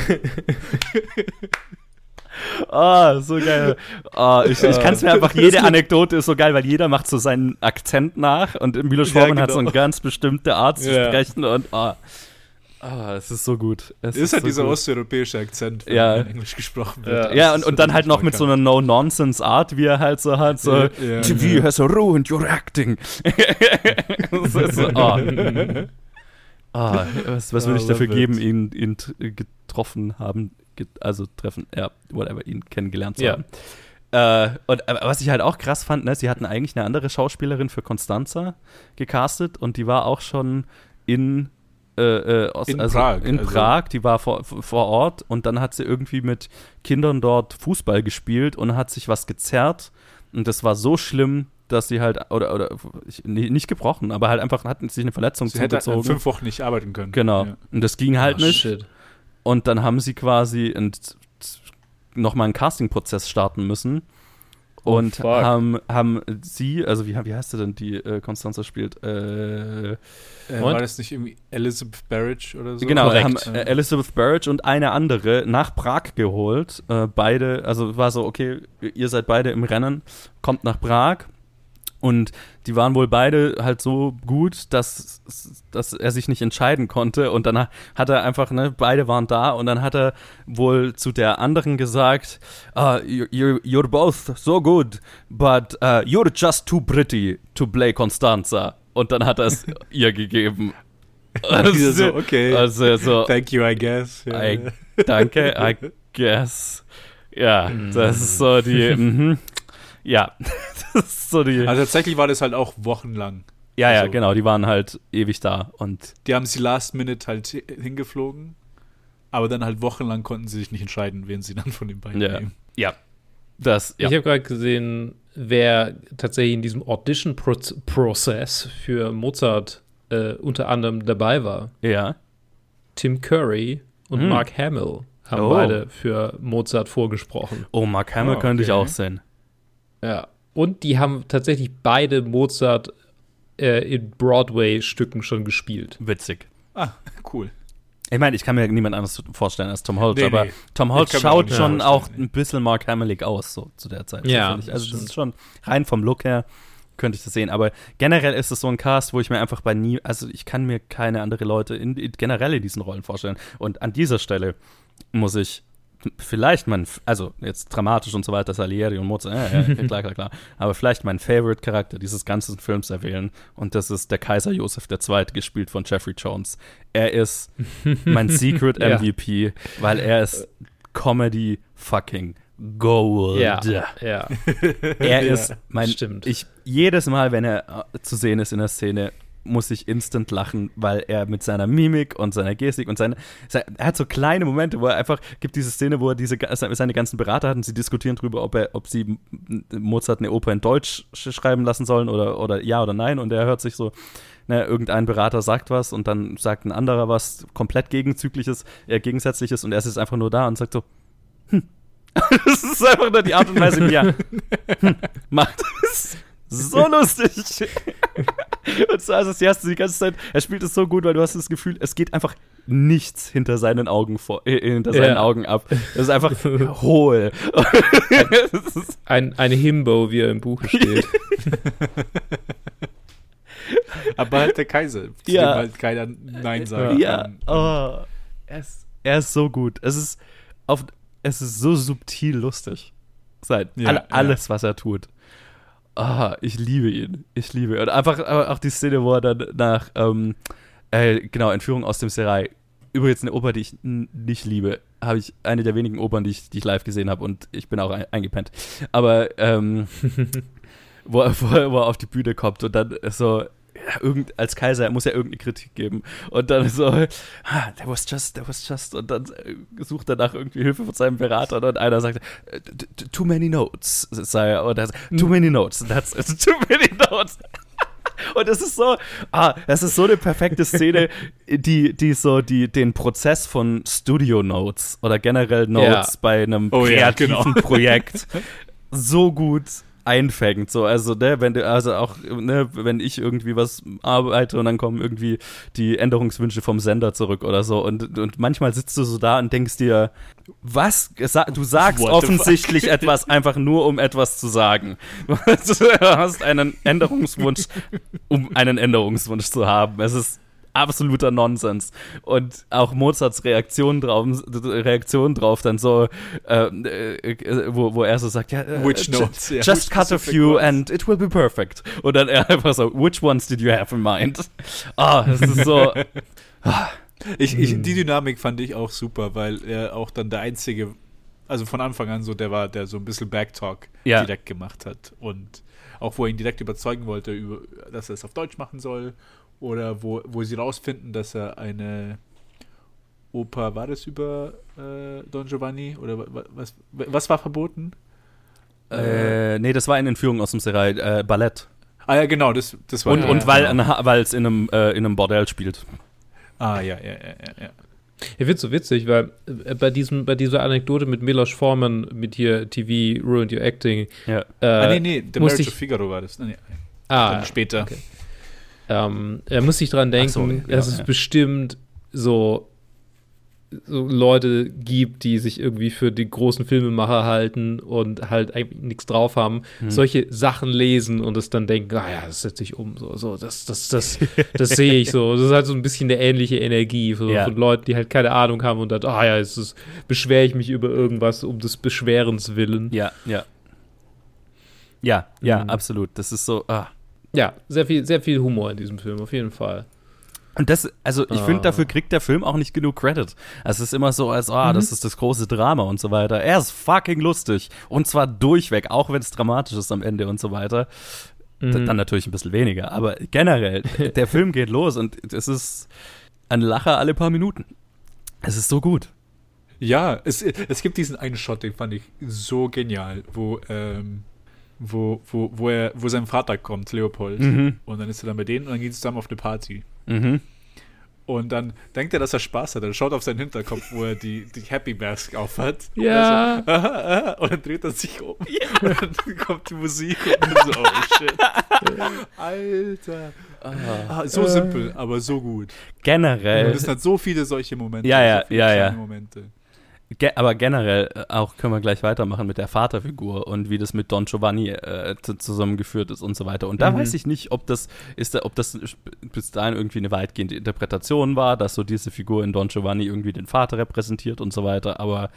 Ah, oh, so geil. Oh, ich ich kann es mir einfach, jede Anekdote ist so geil, weil jeder macht so seinen Akzent nach und Milos Forman ja, genau. hat so eine ganz bestimmte Art zu ja. sprechen und oh, oh, es ist so gut. Es ist, ist halt so dieser gut. osteuropäische Akzent, wenn ja. in Englisch gesprochen wird. Ja, ja und, und dann halt noch mit so einer No-Nonsense-Art, wie er halt so hat, so, ja, ja, T V ja. has ruined your acting. so, so, oh. oh, was was oh, würde ich dafür geben, ihn, ihn getroffen haben, also treffen, ja, whatever, ihn kennengelernt zu ja. haben. Äh, und aber was ich halt auch krass fand, ne, sie hatten eigentlich eine andere Schauspielerin für Constanza gecastet und die war auch schon in Äh, äh, aus, in also Prag. In also. Prag, die war vor, vor Ort und dann hat sie irgendwie mit Kindern dort Fußball gespielt und hat sich was gezerrt und das war so schlimm, dass sie halt, oder, oder nicht gebrochen, aber halt einfach hatten sich eine Verletzung sie zugezogen. Sie hätte fünf Wochen nicht arbeiten können. Genau, ja. Und das ging halt oh, nicht. Shit. Und dann haben sie quasi nochmal einen Casting-Prozess starten müssen. Und oh, haben, haben sie, also wie, wie heißt sie denn, die äh, Constanza spielt? Äh, äh, war das nicht irgendwie Elizabeth Barrage oder so? Genau, wir haben ja. äh, Elizabeth Barrage und eine andere nach Prag geholt. Äh, beide, also war so, okay, ihr seid beide im Rennen, kommt nach Prag. Und die waren wohl beide halt so gut, dass, dass er sich nicht entscheiden konnte. Und dann hat er einfach, ne, beide waren da. Und dann hat er wohl zu der anderen gesagt, uh, you're, you're both so good, but uh, you're just too pretty to play Constanza. Und dann hat er es ihr gegeben. Also, so, okay, also so, thank you, I guess. Yeah. I, danke, I guess. Ja, mm. das ist so die, mhm. Ja, das ist so die. Also tatsächlich war das halt auch wochenlang. Ja, also, ja, genau, die waren halt ewig da und. Die haben sie last minute halt hingeflogen, aber dann halt wochenlang konnten sie sich nicht entscheiden, wen sie dann von den beiden ja. nehmen. Ja, das, ja. Ich habe gerade gesehen, wer tatsächlich in diesem Audition-Prozess für Mozart äh, unter anderem dabei war. Ja. Tim Curry und hm. Mark Hamill haben oh. beide für Mozart vorgesprochen. Oh, Mark Hamill oh, okay. könnte ich auch sehen. Ja, und die haben tatsächlich beide Mozart äh, in Broadway-Stücken schon gespielt. Witzig. Ah, cool. Ich meine, ich kann mir niemand anderes vorstellen als Tom Holtz, nee, aber nee. Tom Holtz schaut auch schon auch ein bisschen Mark Hamillig aus, so zu der Zeit. Ja, das also das ist schon rein vom Look her könnte ich das sehen, aber generell ist es so ein Cast, wo ich mir einfach bei nie, also ich kann mir keine andere Leute in, in, generell in diesen Rollen vorstellen und an dieser Stelle muss ich vielleicht mein, also jetzt dramatisch und so weiter, Salieri und Mozart, ja, ja, klar, klar, klar, aber vielleicht mein Favorite-Charakter dieses ganzen Films erwählen und das ist der Kaiser Josef der Zweite, gespielt von Jeffrey Jones. Er ist mein Secret M V P, ja. weil er ist Comedy fucking Gold. Ja, ja. Er ist mein, Stimmt. ich, jedes Mal, wenn er zu sehen ist in der Szene, muss ich instant lachen, weil er mit seiner Mimik und seiner Gestik und seine, seine er hat so kleine Momente, wo er einfach, gibt diese Szene, wo er diese, seine ganzen Berater hat und sie diskutieren darüber, ob er, ob sie Mozart eine Oper in Deutsch schreiben lassen sollen oder, oder ja oder nein und er hört sich so, ne, irgendein Berater sagt was und dann sagt ein anderer was komplett gegenzügliches, äh, gegensätzliches und er ist einfach nur da und sagt so, hm. Das ist einfach nur die Art und Weise, wie er hm, macht. So lustig. Und so also, hast du die ganze Zeit, er spielt es so gut, weil du hast das Gefühl, es geht einfach nichts hinter seinen Augen vor, äh, hinter seinen ja. Augen ab. Das ist einfach hohl. Ein, ein Himbo, wie er im Buch steht. Aber halt der Kaiser, zu ja. dem halt keiner Nein sagen ja. kann. Oh, er, ist, er ist so gut. Es ist, auf, es ist so subtil lustig. Seit Ja, alle, alles, ja. was er tut. Ah, ich liebe ihn. Ich liebe ihn. Und einfach auch die Szene, wo er dann nach, ähm, äh, genau, Entführung aus dem Serail. Übrigens eine Oper, die ich n- nicht liebe. Habe ich eine der wenigen Opern, die ich, die ich live gesehen habe und ich bin auch ein- eingepennt. Aber, ähm, wo, er, wo, er, wo er auf die Bühne kommt und dann so, ja, irgend, als Kaiser muss er irgendeine Kritik geben. Und dann so, ah, that was just, that was just. Und dann sucht er nach irgendwie Hilfe von seinem Berater und einer sagt, too many notes, sei er. Und er sagt, too many notes, that's it, too many notes. Und das ist so, ah, das ist so eine perfekte Szene, die, die so die, den Prozess von Studio Notes oder generell Notes ja. bei einem oh, kreativen ja, genau. Projekt so gut einfängt, so, also, ne, wenn du, also auch, ne, wenn ich irgendwie was arbeite und dann kommen irgendwie die Änderungswünsche vom Sender zurück oder so und, und manchmal sitzt du so da und denkst dir, was, du sagst offensichtlich etwas einfach nur, um etwas zu sagen. Du hast einen Änderungswunsch, um einen Änderungswunsch zu haben. Es ist absoluter Nonsens. Und auch Mozarts Reaktion drauf, Reaktion drauf dann so, äh, äh, wo, wo er so sagt, ja, äh, which ju- notes? just Yeah, which cut a specific few ones? and it will be perfect. Und dann er einfach so, which ones did you have in mind? Ah, das ist so. Ich, ich, die Dynamik fand ich auch super, weil er auch dann der Einzige, also von Anfang an so, der war, der so ein bisschen Backtalk Ja. direkt gemacht hat. Und auch wo er ihn direkt überzeugen wollte, über, dass er es auf Deutsch machen soll. Oder wo, wo sie rausfinden, dass er eine Oper, war das über äh, Don Giovanni? Oder wa- wa- was, was war verboten? Äh, nee, das war eine Entführung aus dem Serai, äh, Ballett. Ah ja, genau, das, das war Und, ja, und ja, weil genau. weil es in einem, äh, in einem Bordell spielt. Ah ja, ja, ja, ja, ja. Ich find's so witzig, weil äh, bei diesem, bei dieser Anekdote mit Milos Forman, mit hier T V Ruined Your Acting, Ja. äh, ah, nee, nee, The musste Marriage ich- of Figaro war das. Nee, ah, dann später. okay. Ähm, er muss sich dran denken, Ach so, ja, dass es ja. bestimmt so, so Leute gibt, die sich irgendwie für die großen Filmemacher halten und halt eigentlich nichts drauf haben, Hm. solche Sachen lesen und es dann denken, ah ja, das setze ich um, so, so, das, das, das, das sehe ich so. Das ist halt so ein bisschen eine ähnliche Energie so, Ja. von Leuten, die halt keine Ahnung haben und dann, ah ja, jetzt ist- beschwere ich mich über irgendwas um des Beschwerens willen. Ja, ja. Ja, ja, Mhm. absolut. Das ist so, ah. Ja, sehr viel, sehr viel Humor in diesem Film, auf jeden Fall. Und das, also ich Ah. finde, dafür kriegt der Film auch nicht genug Credit. Es ist immer so, als, ah, Mhm. das ist das große Drama und so weiter. Er ist fucking lustig. Und zwar durchweg, auch wenn es dramatisch ist am Ende und so weiter. D- Mhm. Dann natürlich ein bisschen weniger. Aber generell, der Film geht los und es ist ein Lacher alle paar Minuten. Es ist so gut. Ja, es, es gibt diesen einen Shot, den fand ich so genial, wo, ähm, wo, wo, wo, er, wo sein Vater kommt, Leopold. Mhm. Und dann ist er dann bei denen und dann gehen sie zusammen auf eine Party. Mhm. Und dann denkt er, dass er Spaß hat. Er schaut auf seinen Hinterkopf, wo er die, die Happy Mask aufhat. Und Ja. er so, aha, aha, und dann dreht er sich um. Und dann kommt die Musik und dann so, oh shit. Alter. Ah, so simpel, aber so gut. Und Generell. es hat so viele solche Momente. Ja, ja, so viele ja, ja. kleine Momente. Ge- aber generell äh, auch können wir gleich weitermachen mit der Vaterfigur und wie das mit Don Giovanni äh, zu- zusammengeführt ist und so weiter. Und da Mhm. weiß ich nicht, ob das ist, da- ob das bis dahin irgendwie eine weitgehende Interpretation war, dass so diese Figur in Don Giovanni irgendwie den Vater repräsentiert und so weiter. Aber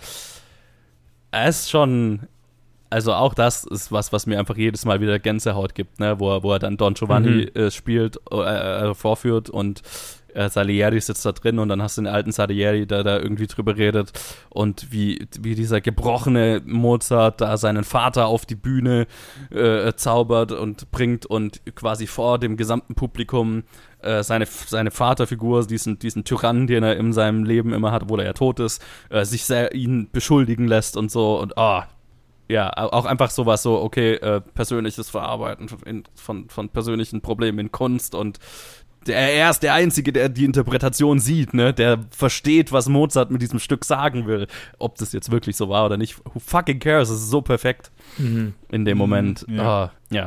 es ist schon, also auch das ist was, was mir einfach jedes Mal wieder Gänsehaut gibt, ne, wo er, wo er dann Don Giovanni Mhm. äh, spielt, äh, äh, vorführt und äh, Salieri sitzt da drin und dann hast du den alten Salieri, der da irgendwie drüber redet und wie, wie dieser gebrochene Mozart da seinen Vater auf die Bühne äh, zaubert und bringt und quasi vor dem gesamten Publikum äh, seine, seine Vaterfigur, diesen, diesen Tyrannen, den er in seinem Leben immer hat, obwohl er ja tot ist, äh, sich sehr ihn beschuldigen lässt und so und ah, ja, auch einfach sowas so, okay, äh, persönliches Verarbeiten in, von, von persönlichen Problemen in Kunst und der, er ist der Einzige, der die Interpretation sieht, ne, der versteht, was Mozart mit diesem Stück sagen will. Ob das jetzt wirklich so war oder nicht, who fucking cares, es ist so perfekt Mhm. in dem Mhm, Moment. ja. Ah, ja.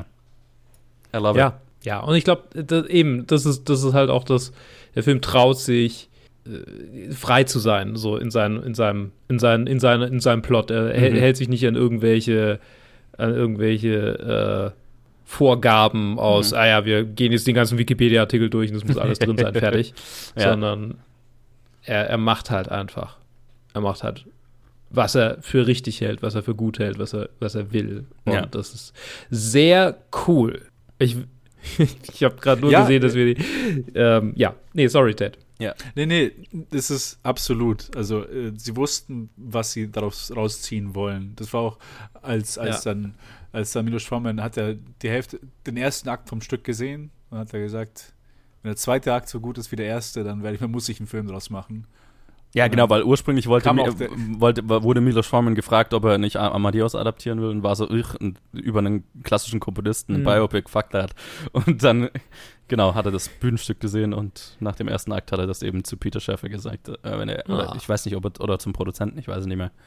I love it. Ja, ja, und ich glaube, eben, das ist, das ist halt auch das, der Film traut sich, äh, frei zu sein, so in seinem, in seinem, in seinem, in seinem, in seinem Plot. Er hält- Mhm. hält sich nicht an irgendwelche, an irgendwelche äh, Vorgaben aus, Mhm. ah ja, wir gehen jetzt den ganzen Wikipedia-Artikel durch und es muss alles drin sein, fertig. Ja. Sondern er, er macht halt einfach. Er macht halt, was er für richtig hält, was er für gut hält, was er, was er will. Und Ja. das ist sehr cool. Ich, ich habe gerade nur Ja. gesehen, dass wir die. Ähm, ja, nee, sorry, Ted. Nee, nee, das ist absolut. Also, äh, sie wussten, was sie daraus rausziehen wollen. Das war auch, als, als Ja. dann, als dann Milos Forman hat er die Hälfte, den ersten Akt vom Stück gesehen und hat er gesagt, wenn der zweite Akt so gut ist wie der erste, dann werde ich, dann muss ich einen Film draus machen. Ja, genau, weil ursprünglich wollte, Kam Mi- auch der- wollte, wurde Milos Forman gefragt, ob er nicht Amadeus adaptieren will und war so, ich, über einen klassischen Komponisten, ein Mhm. Biopic, fuck that. Und dann, genau, hat er das Bühnenstück gesehen und nach dem ersten Akt hat er das eben zu Peter Schäfer gesagt. Äh, wenn er, Ah. oder ich weiß nicht, ob er, oder zum Produzenten, ich weiß es nicht mehr.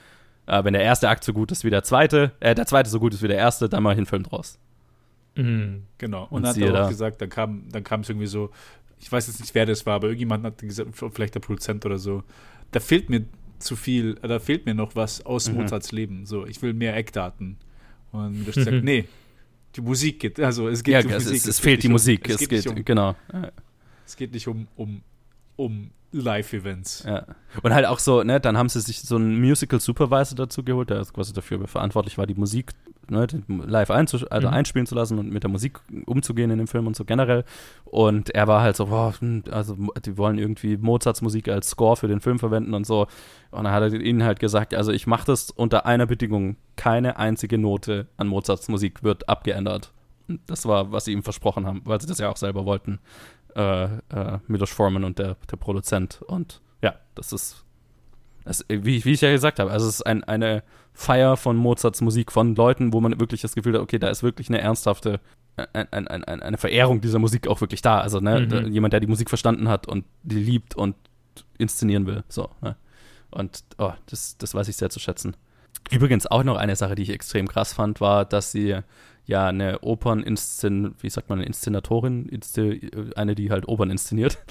Äh, wenn der erste Akt so gut ist wie der zweite, äh, der zweite so gut ist wie der erste, dann mache ich einen Film draus. Mhm. Genau. Und, Und dann hat er auch da. gesagt, dann kam dann kam es irgendwie so, ich weiß jetzt nicht, wer das war, aber irgendjemand hat gesagt, vielleicht der Produzent oder so, da fehlt mir zu viel, da fehlt mir noch was aus Mhm. Mozarts Leben. So, ich will mehr Eckdaten. Und du hast gesagt, nee, die Musik geht, also es geht Ja, um es, Musik. es, es geht fehlt nicht die um, Musik. Es Es geht, geht, nicht um, genau. es geht nicht um, um, um Live-Events. Ja. Und halt auch so, ne, dann haben sie sich so einen Musical-Supervisor dazu geholt, der quasi dafür verantwortlich war, die Musik ne, live einzusch- also Mhm. einspielen zu lassen und mit der Musik umzugehen in dem Film und so generell. Und er war halt so, boah, hm, also die wollen irgendwie Mozarts Musik als Score für den Film verwenden und so. Und dann hat er ihnen halt gesagt, also ich mache das unter einer Bedingung, keine einzige Note an Mozarts Musik wird abgeändert. Und das war, was sie ihm versprochen haben, weil sie das ja auch selber wollten. Äh, äh, Milos Forman und der, der Produzent. Und ja, das ist, das, wie, wie ich ja gesagt habe, also es ist ein, eine Feier von Mozarts Musik, von Leuten, wo man wirklich das Gefühl hat, okay, da ist wirklich eine ernsthafte, ein, ein, ein, eine Verehrung dieser Musik auch wirklich da. Also ne, Mhm. da, jemand, der die Musik verstanden hat und die liebt und inszenieren will. So, ne? Und oh, das, das weiß ich sehr zu schätzen. Übrigens auch noch eine Sache, die ich extrem krass fand, war, dass sie ja eine Operninszen, wie sagt man, eine Inszenatorin, Inste, eine, die halt Opern inszeniert,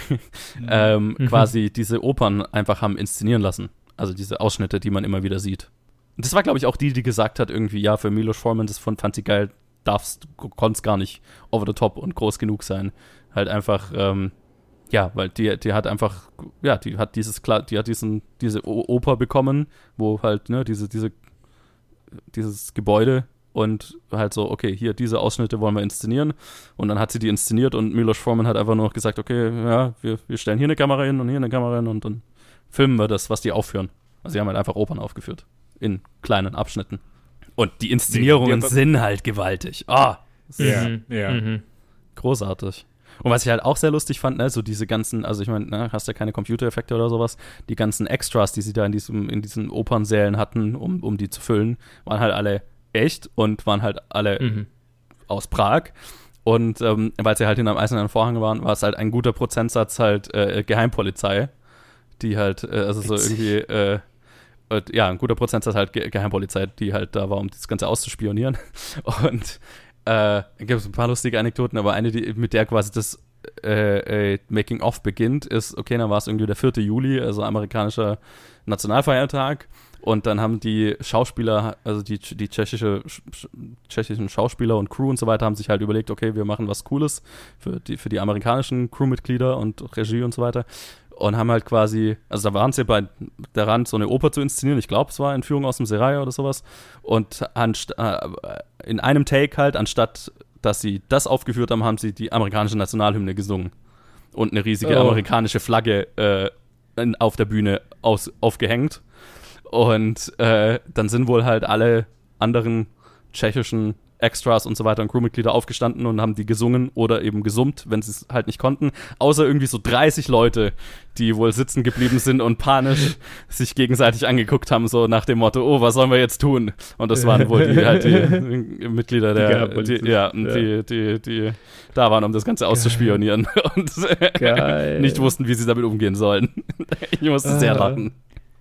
ähm, Mhm. quasi diese Opern einfach haben inszenieren lassen. Also diese Ausschnitte, die man immer wieder sieht. Und das war, glaube ich, auch die, die gesagt hat, irgendwie, ja, für Milos Forman, das fand, fand sie geil, darfst, konntest gar nicht over the top und groß genug sein. Halt einfach, ähm, ja, weil die, die hat einfach, ja, die hat dieses, die hat diesen, diese Oper bekommen, wo halt, ne, diese, diese, dieses Gebäude und halt so, okay, hier, diese Ausschnitte wollen wir inszenieren. Und dann hat sie die inszeniert und Milos Forman hat einfach nur noch gesagt, okay, ja, wir, wir stellen hier eine Kamera hin und hier eine Kamera hin und dann filmen wir das, was die aufführen. Also sie haben halt einfach Opern aufgeführt. In kleinen Abschnitten. Und die Inszenierungen Die- die- sind halt gewaltig. Ah, Ja, Mhm. ja. Mhm. großartig. Und was ich halt auch sehr lustig fand, ne, so diese ganzen, also ich meine, ne, hast ja keine Computereffekte oder sowas, die ganzen Extras, die sie da in diesem, in diesen Opernsälen hatten, um, um die zu füllen, waren halt alle echt und waren halt alle Mhm. aus Prag. Und ähm, weil sie halt in einem eisernen Vorhang waren, war es halt ein guter Prozentsatz halt äh, Geheimpolizei, die halt, äh, also so Witzig. irgendwie, äh, äh, ja, ein guter Prozentsatz halt Ge- Geheimpolizei, die halt da war, um das Ganze auszuspionieren. Und äh, gibt es ein paar lustige Anekdoten, aber eine, die, mit der quasi das äh, äh, Making-of beginnt, ist, okay, dann war es irgendwie der vierte Juli, also amerikanischer Nationalfeiertag. Und dann haben die Schauspieler, also die, die tschechische, sch- tschechischen Schauspieler und Crew und so weiter, haben sich halt überlegt, okay, wir machen was Cooles für die, für die amerikanischen Crewmitglieder und Regie und so weiter. Und haben halt quasi, also da waren sie bei daran, so eine Oper zu inszenieren. Ich glaube, es war Entführung aus dem Serail oder sowas. Und anst- äh, in einem Take halt, anstatt dass sie das aufgeführt haben, haben sie die amerikanische Nationalhymne gesungen. Und eine riesige Oh. amerikanische Flagge äh, in, auf der Bühne aus, aufgehängt. Und äh, dann sind wohl halt alle anderen tschechischen Extras und so weiter und Crewmitglieder aufgestanden und haben die gesungen oder eben gesummt, wenn sie es halt nicht konnten. Außer irgendwie so dreißig Leute, die wohl sitzen geblieben sind und panisch sich gegenseitig angeguckt haben, so nach dem Motto, oh, was sollen wir jetzt tun? Und das waren wohl die, halt die Mitglieder der, Geheimpolizei. die, ja, und die, die, die da waren, um das Ganze auszuspionieren und Geil. nicht wussten, wie sie damit umgehen sollen. Ich musste sehr Ah. lachen.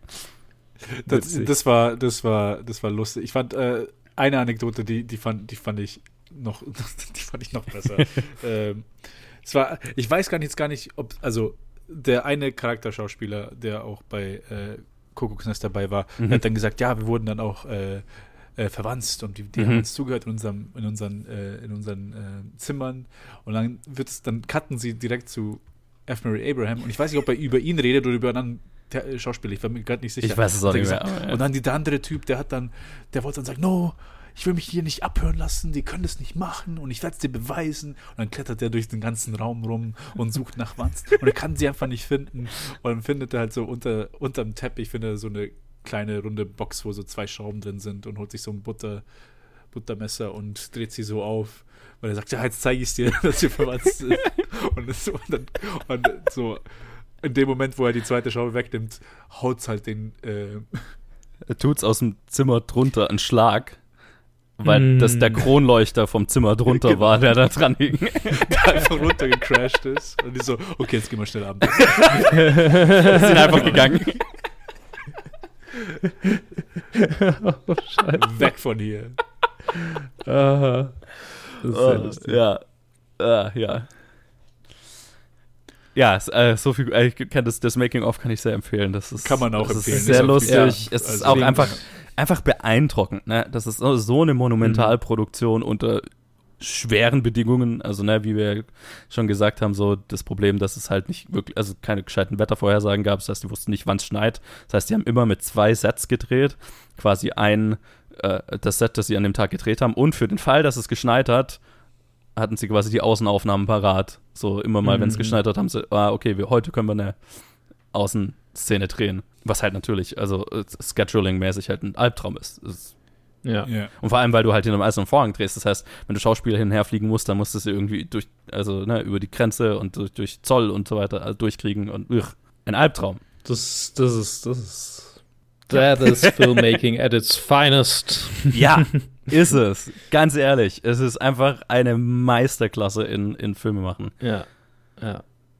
Das, Witzig. das war, das war, das war lustig. Ich fand äh, eine Anekdote, die, die fand, die fand ich noch, die fand ich noch besser. ähm, es war, ich weiß gar nicht, jetzt gar nicht, ob, also der eine Charakterschauspieler, der auch bei äh, Kuckucksnest dabei war, Mhm. der hat dann gesagt, ja, wir wurden dann auch äh, äh, verwandt und die, die Mhm. haben uns zugehört in unserem, in unseren, äh, in unseren äh, Zimmern und dann wird's, dann cutten sie direkt zu F. Murray Abraham und ich weiß nicht, ob er über ihn redet oder über einen anderen der Schauspieler, ich war mir gerade nicht sicher. Ich weiß es auch Hat er nicht mehr. gesagt. aber, ja. Und dann die, der andere Typ, der hat dann, der wollte dann sagen, no, ich will mich hier nicht abhören lassen, die können das nicht machen und ich werde es dir beweisen. Und dann klettert er durch den ganzen Raum rum und sucht nach Wanst und er kann sie einfach nicht finden. Und dann findet er halt so unter unterm Teppich, findet er so eine kleine runde Box, wo so zwei Schrauben drin sind und holt sich so ein Butter, Buttermesser und dreht sie so auf. Weil er sagt, ja, jetzt zeige ich es dir, dass sie verwandt sind. Und, das, und dann und so in dem Moment, wo er die zweite Schraube wegnimmt, haut es halt den äh, Er tut's aus dem Zimmer drunter einen Schlag, weil Mm. das der Kronleuchter vom Zimmer drunter Genau. war, der da dran hing. der einfach runtergecrashed ist. Und die so, okay, jetzt gehen wir schnell Abend. Sind einfach gegangen. Oh, Scheiße. Weg von hier. Aha. Das ist sehr Oh, lustig. ja. Ah, ja. Ja, es, äh, so viel, äh, ich kann das, das Making-of kann ich sehr empfehlen. Das ist, Kann man auch das empfehlen. Ist sehr Ist auch lustig. viel- Es ja, ist also auch wegen- einfach, einfach beeindruckend. Ne? Das ist so so eine Monumentalproduktion unter schweren Bedingungen. Also, ne, wie wir schon gesagt haben, so das Problem, dass es halt nicht wirklich, also keine gescheiten Wettervorhersagen gab. Das heißt, die wussten nicht, wann es schneit. Das heißt, die haben immer mit zwei Sets gedreht. Quasi ein, äh, das Set, das sie an dem Tag gedreht haben. Und für den Fall, dass es geschneit hat, hatten sie quasi die Außenaufnahmen parat. So immer mal, wenn es Mhm. geschneit hat, haben sie, ah, okay, wir, heute können wir eine Außenszene drehen. Was halt natürlich, also äh, Scheduling-mäßig halt ein Albtraum ist. ist. Ja. Ja. Und vor allem, weil du halt hinter einem eisernen Vorhang drehst. Das heißt, wenn du Schauspieler hin und her fliegen musst, dann musst du sie irgendwie durch, also ne, über die Grenze und durch, durch Zoll und so weiter also durchkriegen und ugh, ein Albtraum. Das, das ist, das ist, that is filmmaking at its finest. Ja, ist es. Ganz ehrlich, es ist einfach eine Meisterklasse in, in Filme machen. Ja. Ja.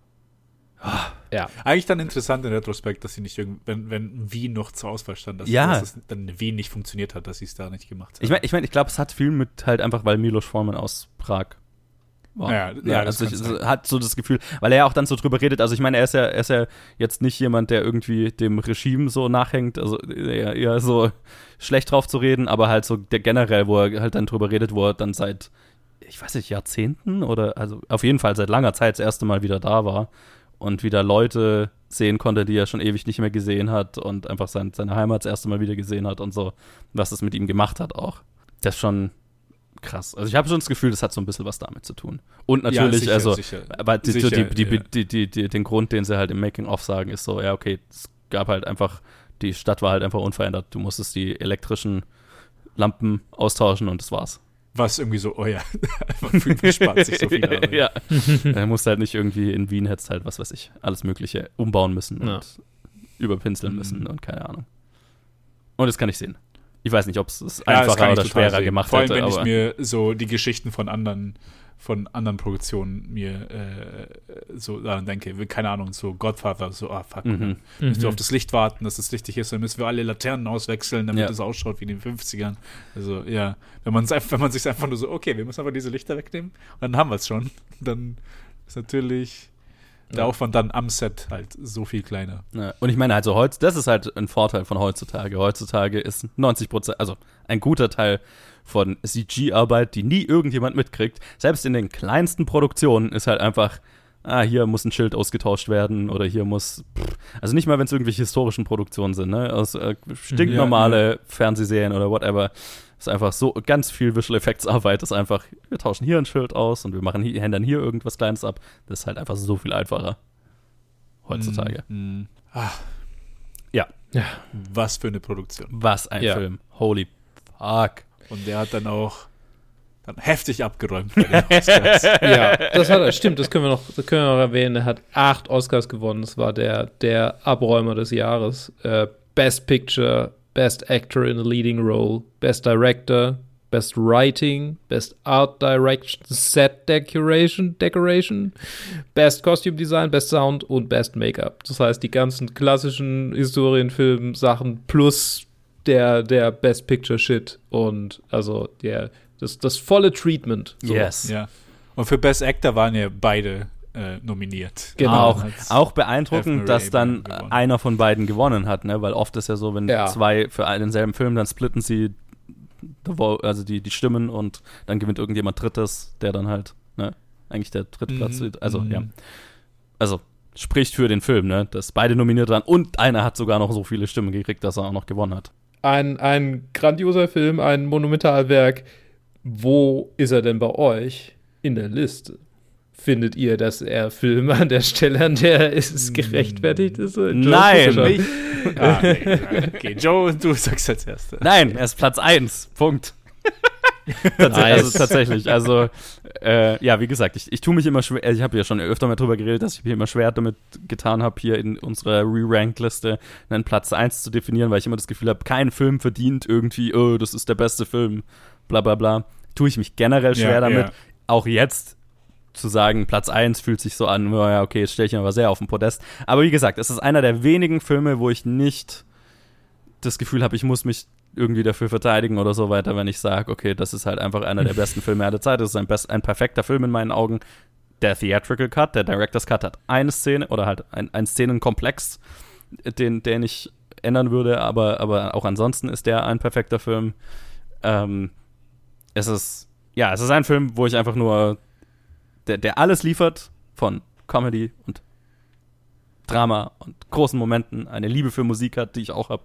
Ja. Eigentlich dann interessant in Retrospekt, dass sie nicht irgend, wenn, wenn Wien noch zur Auswahl stand, dass, Ja. dass es dann in Wien nicht funktioniert hat, dass sie es da nicht gemacht haben. Ich meine, ich, mein, ich glaube, es hat viel mit halt einfach, weil Milos Forman aus Prag war. Ja, ja, das also kann ich sein. hat so das Gefühl, weil er ja auch dann so drüber redet. Also ich meine, er ist ja, er ist ja jetzt nicht jemand, der irgendwie dem Regime so nachhängt, also eher, eher so schlecht drauf zu reden, aber halt so der generell, wo er halt dann drüber redet, wo er dann seit, ich weiß nicht, Jahrzehnten oder also auf jeden Fall seit langer Zeit das erste Mal wieder da war und wieder Leute sehen konnte, die er schon ewig nicht mehr gesehen hat und einfach sein, seine Heimat das erste Mal wieder gesehen hat und so, was das mit ihm gemacht hat auch. Das ist schon krass. Also ich habe schon das Gefühl, das hat so ein bisschen was damit zu tun. Und natürlich, Ja, sicher, also, sicher. aber die, Sicher, die, die, ja. die, die, die, den Grund, den sie halt im Making-of sagen, ist so, ja, okay, es gab halt einfach, die Stadt war halt einfach unverändert. Du musstest die elektrischen Lampen austauschen und das war's. Was irgendwie so, oh ja, man fühlt, man spart sich so viel. Arbeit. Ja. Er musste halt nicht irgendwie in Wien hättest halt, was weiß ich, alles Mögliche umbauen müssen Ja. und überpinseln müssen Mhm. und keine Ahnung. Und das kann ich sehen. Ich weiß nicht, ob es es Ja, das einfacher kann ich oder total schwerer sehen. gemacht Vor allem, hätte. wenn ich aber mir so die Geschichten von anderen, von anderen Produktionen mir äh, so daran denke, wie, keine Ahnung, so Godfather, so, ah, fuck, Mhm. müssen wir auf das Licht warten, dass das lichtig ist, dann müssen wir alle Laternen auswechseln, damit Ja. es ausschaut wie in den fünfzigern. Also, ja, wenn man es einfach, wenn man sich einfach nur so, okay, wir müssen aber diese Lichter wegnehmen und dann haben wir es schon, dann ist natürlich der Ja. Aufwand dann am Set halt so viel kleiner. Ja, und ich meine, also heutz, das ist halt ein Vorteil von heutzutage. Heutzutage ist neunzig Prozent, also ein guter Teil von C G-Arbeit, die nie irgendjemand mitkriegt, selbst in den kleinsten Produktionen ist halt einfach, ah, hier muss ein Schild ausgetauscht werden oder hier muss, pff, also nicht mal, wenn es irgendwelche historischen Produktionen sind, ne, aus äh, stinknormale Ja, Fernsehserien oder whatever, ist einfach so ganz viel Visual Effects Arbeit, ist einfach, wir tauschen hier ein Schild aus und wir machen hier, ändern hier irgendwas Kleines ab. Das ist halt einfach so viel einfacher heutzutage. Mm, mm. Ah, Ja. Ja. was für eine Produktion. Was ein Ja. Film. Holy fuck. Und der hat dann auch dann heftig abgeräumt bei den Oscars. Ja, das hat er, stimmt, das können wir noch, das können wir noch erwähnen. Er hat acht Oscars gewonnen. Das war der, der Abräumer des Jahres. Äh, Best Picture, Best Actor in a Leading Role, Best Director, Best Writing, Best Art Direction, Set Decoration, Decoration, Best Costume Design, Best Sound und Best Make-up. Das heißt, die ganzen klassischen Historienfilm-Sachen plus der, der Best Picture Shit und also der, das, das volle Treatment. So. Yes. Ja. Und für Best Actor waren ja beide äh, nominiert. Genau. Auch, Hat's auch beeindruckend, F. dass Murray dann gewonnen. einer von beiden gewonnen hat, ne? Weil oft ist ja so, wenn Ja. zwei für einen denselben Film, dann splitten sie the vo- also die, die Stimmen und dann gewinnt irgendjemand Drittes, der dann halt, ne, eigentlich der dritte Platz, Mhm. also Mhm. ja. Also spricht für den Film, ne, dass beide nominiert waren und einer hat sogar noch so viele Stimmen gekriegt, dass er auch noch gewonnen hat. Ein, ein grandioser Film, ein Monumentalwerk. Wo ist er denn bei euch in der Liste? Findet ihr, dass er Film an der Stelle, an der es gerechtfertigt ist? Joe, Nein, Fischer. nicht. Ah, nee, okay, Joe, du sagst als Erster. Nein, er ist Platz eins. Punkt. Tats Nice. Also tatsächlich, also äh, ja, wie gesagt, ich, ich tue mich immer schwer, ich habe ja schon öfter mal drüber geredet, dass ich mir immer schwer damit getan habe, hier in unserer Re-Rank-Liste einen Platz eins zu definieren, weil ich immer das Gefühl habe, kein Film verdient irgendwie, oh, das ist der beste Film, bla bla bla. Tue ich mich generell schwer Ja, damit, ja. auch jetzt zu sagen, Platz eins fühlt sich so an, oh, ja, okay, jetzt stelle ich ihn aber sehr auf den Podest. Aber wie gesagt, es ist einer der wenigen Filme, wo ich nicht das Gefühl habe, ich muss mich irgendwie dafür verteidigen oder so weiter, wenn ich sage, okay, das ist halt einfach einer der besten Filme aller Zeit. Das ist ein, best, ein perfekter Film in meinen Augen. Der Theatrical Cut, der Director's Cut hat eine Szene oder halt ein, ein Szenenkomplex, den, den ich ändern würde, aber, aber auch ansonsten ist der ein perfekter Film. Ähm, es ist, ja, es ist ein Film, wo ich einfach nur, der, der alles liefert von Comedy und Drama und großen Momenten, eine Liebe für Musik hat, die ich auch habe,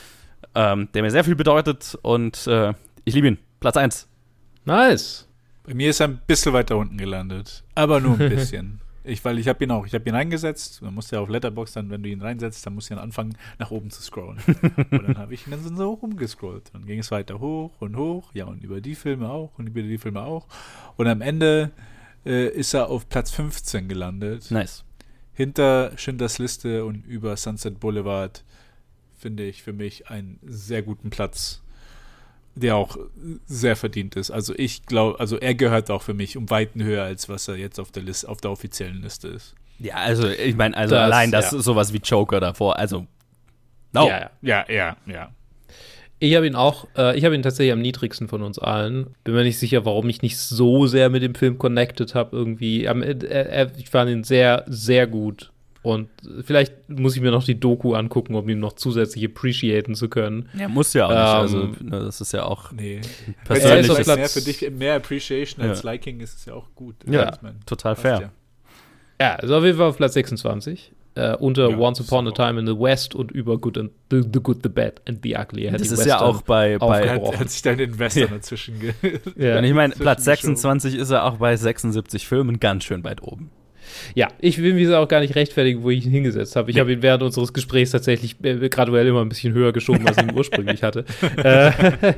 ähm, der mir sehr viel bedeutet und äh, ich liebe ihn. Platz eins. Nice. Bei mir ist er ein bisschen weiter unten gelandet, aber nur ein bisschen. ich, weil ich habe ihn auch, ich habe ihn reingesetzt, man muss ja auf Letterboxd dann, wenn du ihn reinsetzt, dann musst du dann anfangen, nach oben zu scrollen. Und dann habe ich ihn dann so rumgescrollt. Dann ging es weiter hoch und hoch, ja, und über die Filme auch und über die Filme auch. Und am Ende äh, ist er auf Platz fünfzehn gelandet. Nice. Hinter Schindlers Liste und über Sunset Boulevard finde ich für mich einen sehr guten Platz, der auch sehr verdient ist. Also ich glaube, also er gehört auch für mich um Weiten höher, als was er jetzt auf der Liste, auf der offiziellen Liste ist. Ja, also ich meine, also Das, allein das ja. sowas wie Joker davor, also no. Ja, ja. Ja, ja, ja. Ich habe ihn auch, äh, ich habe ihn tatsächlich am niedrigsten von uns allen. Bin mir nicht sicher, warum ich nicht so sehr mit dem Film connected habe irgendwie. Am, äh, äh, ich fand ihn sehr, sehr gut. Und vielleicht muss ich mir noch die Doku angucken, um ihn noch zusätzlich appreciaten zu können. Ja, muss ja auch nicht. Ähm, Also ne, das ist ja auch Nee. persönlich. Wenn es auf mehr Platz- für dich, mehr Appreciation als Ja. Liking ist es ja auch gut. Ja, ich mein, total passt fair. ja. Ja, also auf jeden Fall auf Platz sechsundzwanzig. Äh, unter Ja, Once Upon a so. Time in the West und über Good and, the, the Good, the Bad and the Ugly. Er hat Das die ist ja Western auch bei, bei Er hat, aufgebrochen. er hat sich da in den Western Ja. dazwischen ge Ja. und ich meine, Platz Zwischengeschoben. sechsundzwanzig ist er auch bei sechsundsiebzig Filmen ganz schön weit oben. Ja, ich will mich auch gar nicht rechtfertigen, wo ich ihn hingesetzt habe. Ich Nee. habe ihn während unseres Gesprächs tatsächlich äh, graduell immer ein bisschen höher geschoben, als ich ihn ursprünglich hatte. Äh,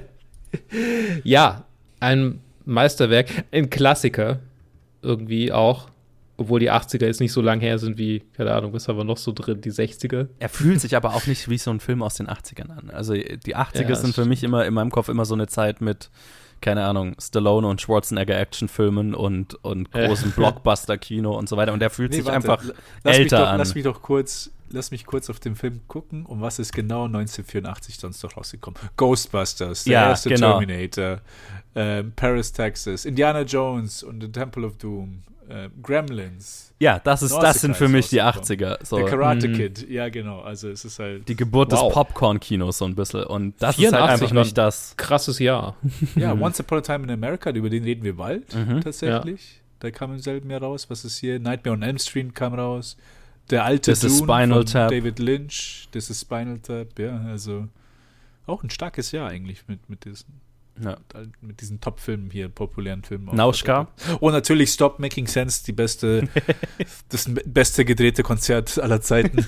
ja, ein Meisterwerk, ein Klassiker irgendwie auch, obwohl die achtziger jetzt nicht so lang her sind wie, keine Ahnung, was haben wir noch so drin, die sechziger. Er fühlt sich aber auch nicht wie so ein Film aus den achtzigern an. Also die achtziger Ja, sind für das mich immer in meinem Kopf immer so eine Zeit mit, keine Ahnung, Stallone und Schwarzenegger Actionfilmen und, und großem Blockbuster-Kino und so weiter. Und der fühlt Nee, sich warte, einfach l- lass mich älter doch, an. Lass mich doch kurz, lass mich kurz auf den Film gucken, um was ist genau neunzehnhundertvierundachtzig sonst noch rausgekommen. Ghostbusters, der Ja, erste genau. Terminator, ähm, Paris, Texas, Indiana Jones und The Temple of Doom, äh, Gremlins, Ja, das, ist, das sind für mich die achtziger. So. der Karate Mhm. Kid, ja genau, also es ist halt, Die Geburt Wow. des Popcorn-Kinos so ein bisschen. Und das ist halt vierundachtzig einfach war- nicht das. Krasses Jahr. ja, Once Upon a Time in America, über den reden wir bald, Mhm. tatsächlich. Der kam im selben Jahr raus. Was ist hier? Nightmare on Elm Street kam raus. Der alte This is Dune Spinal von Tap. David Lynch. Das ist Spinal Tap. Ja, also auch ein starkes Jahr eigentlich mit, mit diesen, Ja. mit diesen Top-Filmen hier, populären Filmen. auch. Nauschka. Und natürlich Stop Making Sense, die beste, das beste gedrehte Konzert aller Zeiten.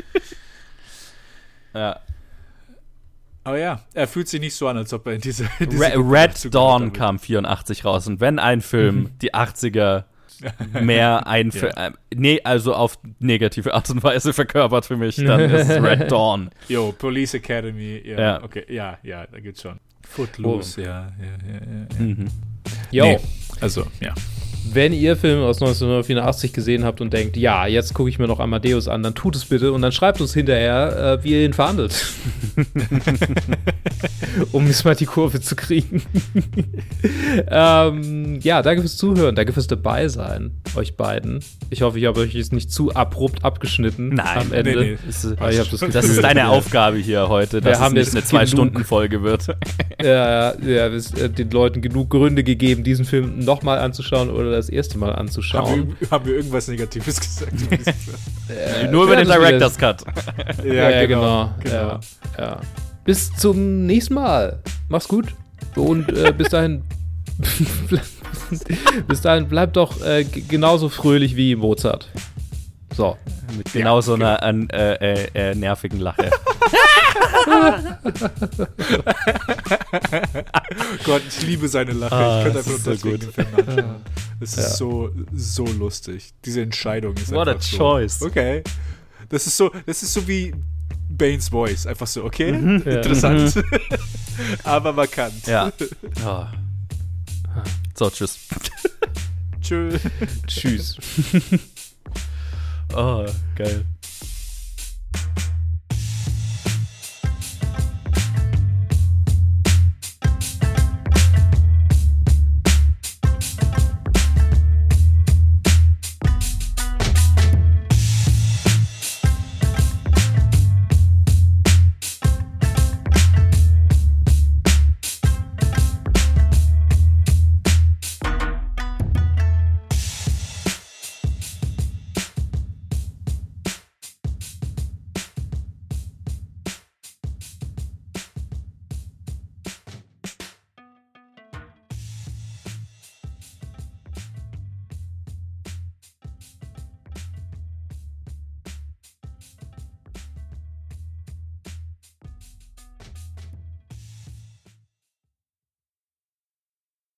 Ja. Aber ja, er fühlt sich nicht so an, als ob er in diese, in diese Re Gruppe Red dazu Dawn gehört kam vierundachtzig raus. Und wenn ein Film die achtziger mehr ein Ja. äh, nee, also auf negative Art und Weise verkörpert für mich, dann ist es Red Dawn. Jo, Police Academy, ja, Ja. okay, ja, ja, da gibt's schon. Footloose, ja, ja, ja, ja. ja. Mhm. Jo, Nee, also, ja. wenn ihr Filme aus neunzehnhundertvierundachtzig gesehen habt und denkt, ja, jetzt gucke ich mir noch Amadeus an, dann tut es bitte und dann schreibt uns hinterher, äh, wie ihr ihn verhandelt. Um jetzt mal die Kurve zu kriegen. ähm, ja, danke fürs Zuhören, danke fürs Dabeisein, euch beiden. Ich hoffe, ich habe euch jetzt nicht zu abrupt abgeschnitten Nein, am Ende. nee, nee. Das ist, Aber ich hab das Gefühl, das ist deine wir- Aufgabe hier heute, dass Wir haben es nicht jetzt eine genug- Zwei-Stunden-Folge wird. Ja, ja, es äh, den Leuten genug Gründe gegeben, diesen Film nochmal anzuschauen oder das erste Mal anzuschauen. Haben wir, haben wir irgendwas Negatives gesagt? Äh, Nur über den vielleicht Director's Cut. Ja, ja, genau. genau. Ja, ja. Bis zum nächsten Mal. Mach's gut. Und äh, bis dahin. bis dahin bleibt doch äh, g- genauso fröhlich wie Mozart. So. Mit genau so einer an, äh, äh, äh, nervigen Lache. Gott, ich liebe seine Lache. Ah, ich könnte das einfach ist nur so deswegen gut. den Film anschauen. Das ist Ja. so, so lustig. Diese Entscheidung ist What a einfach so. choice. Okay. Das ist so, das ist so wie Banes Voice. Einfach so, okay, Ja. interessant. Aber markant. Ja. Oh. So, tschüss. Tschö. Tschüss. Oh, geil.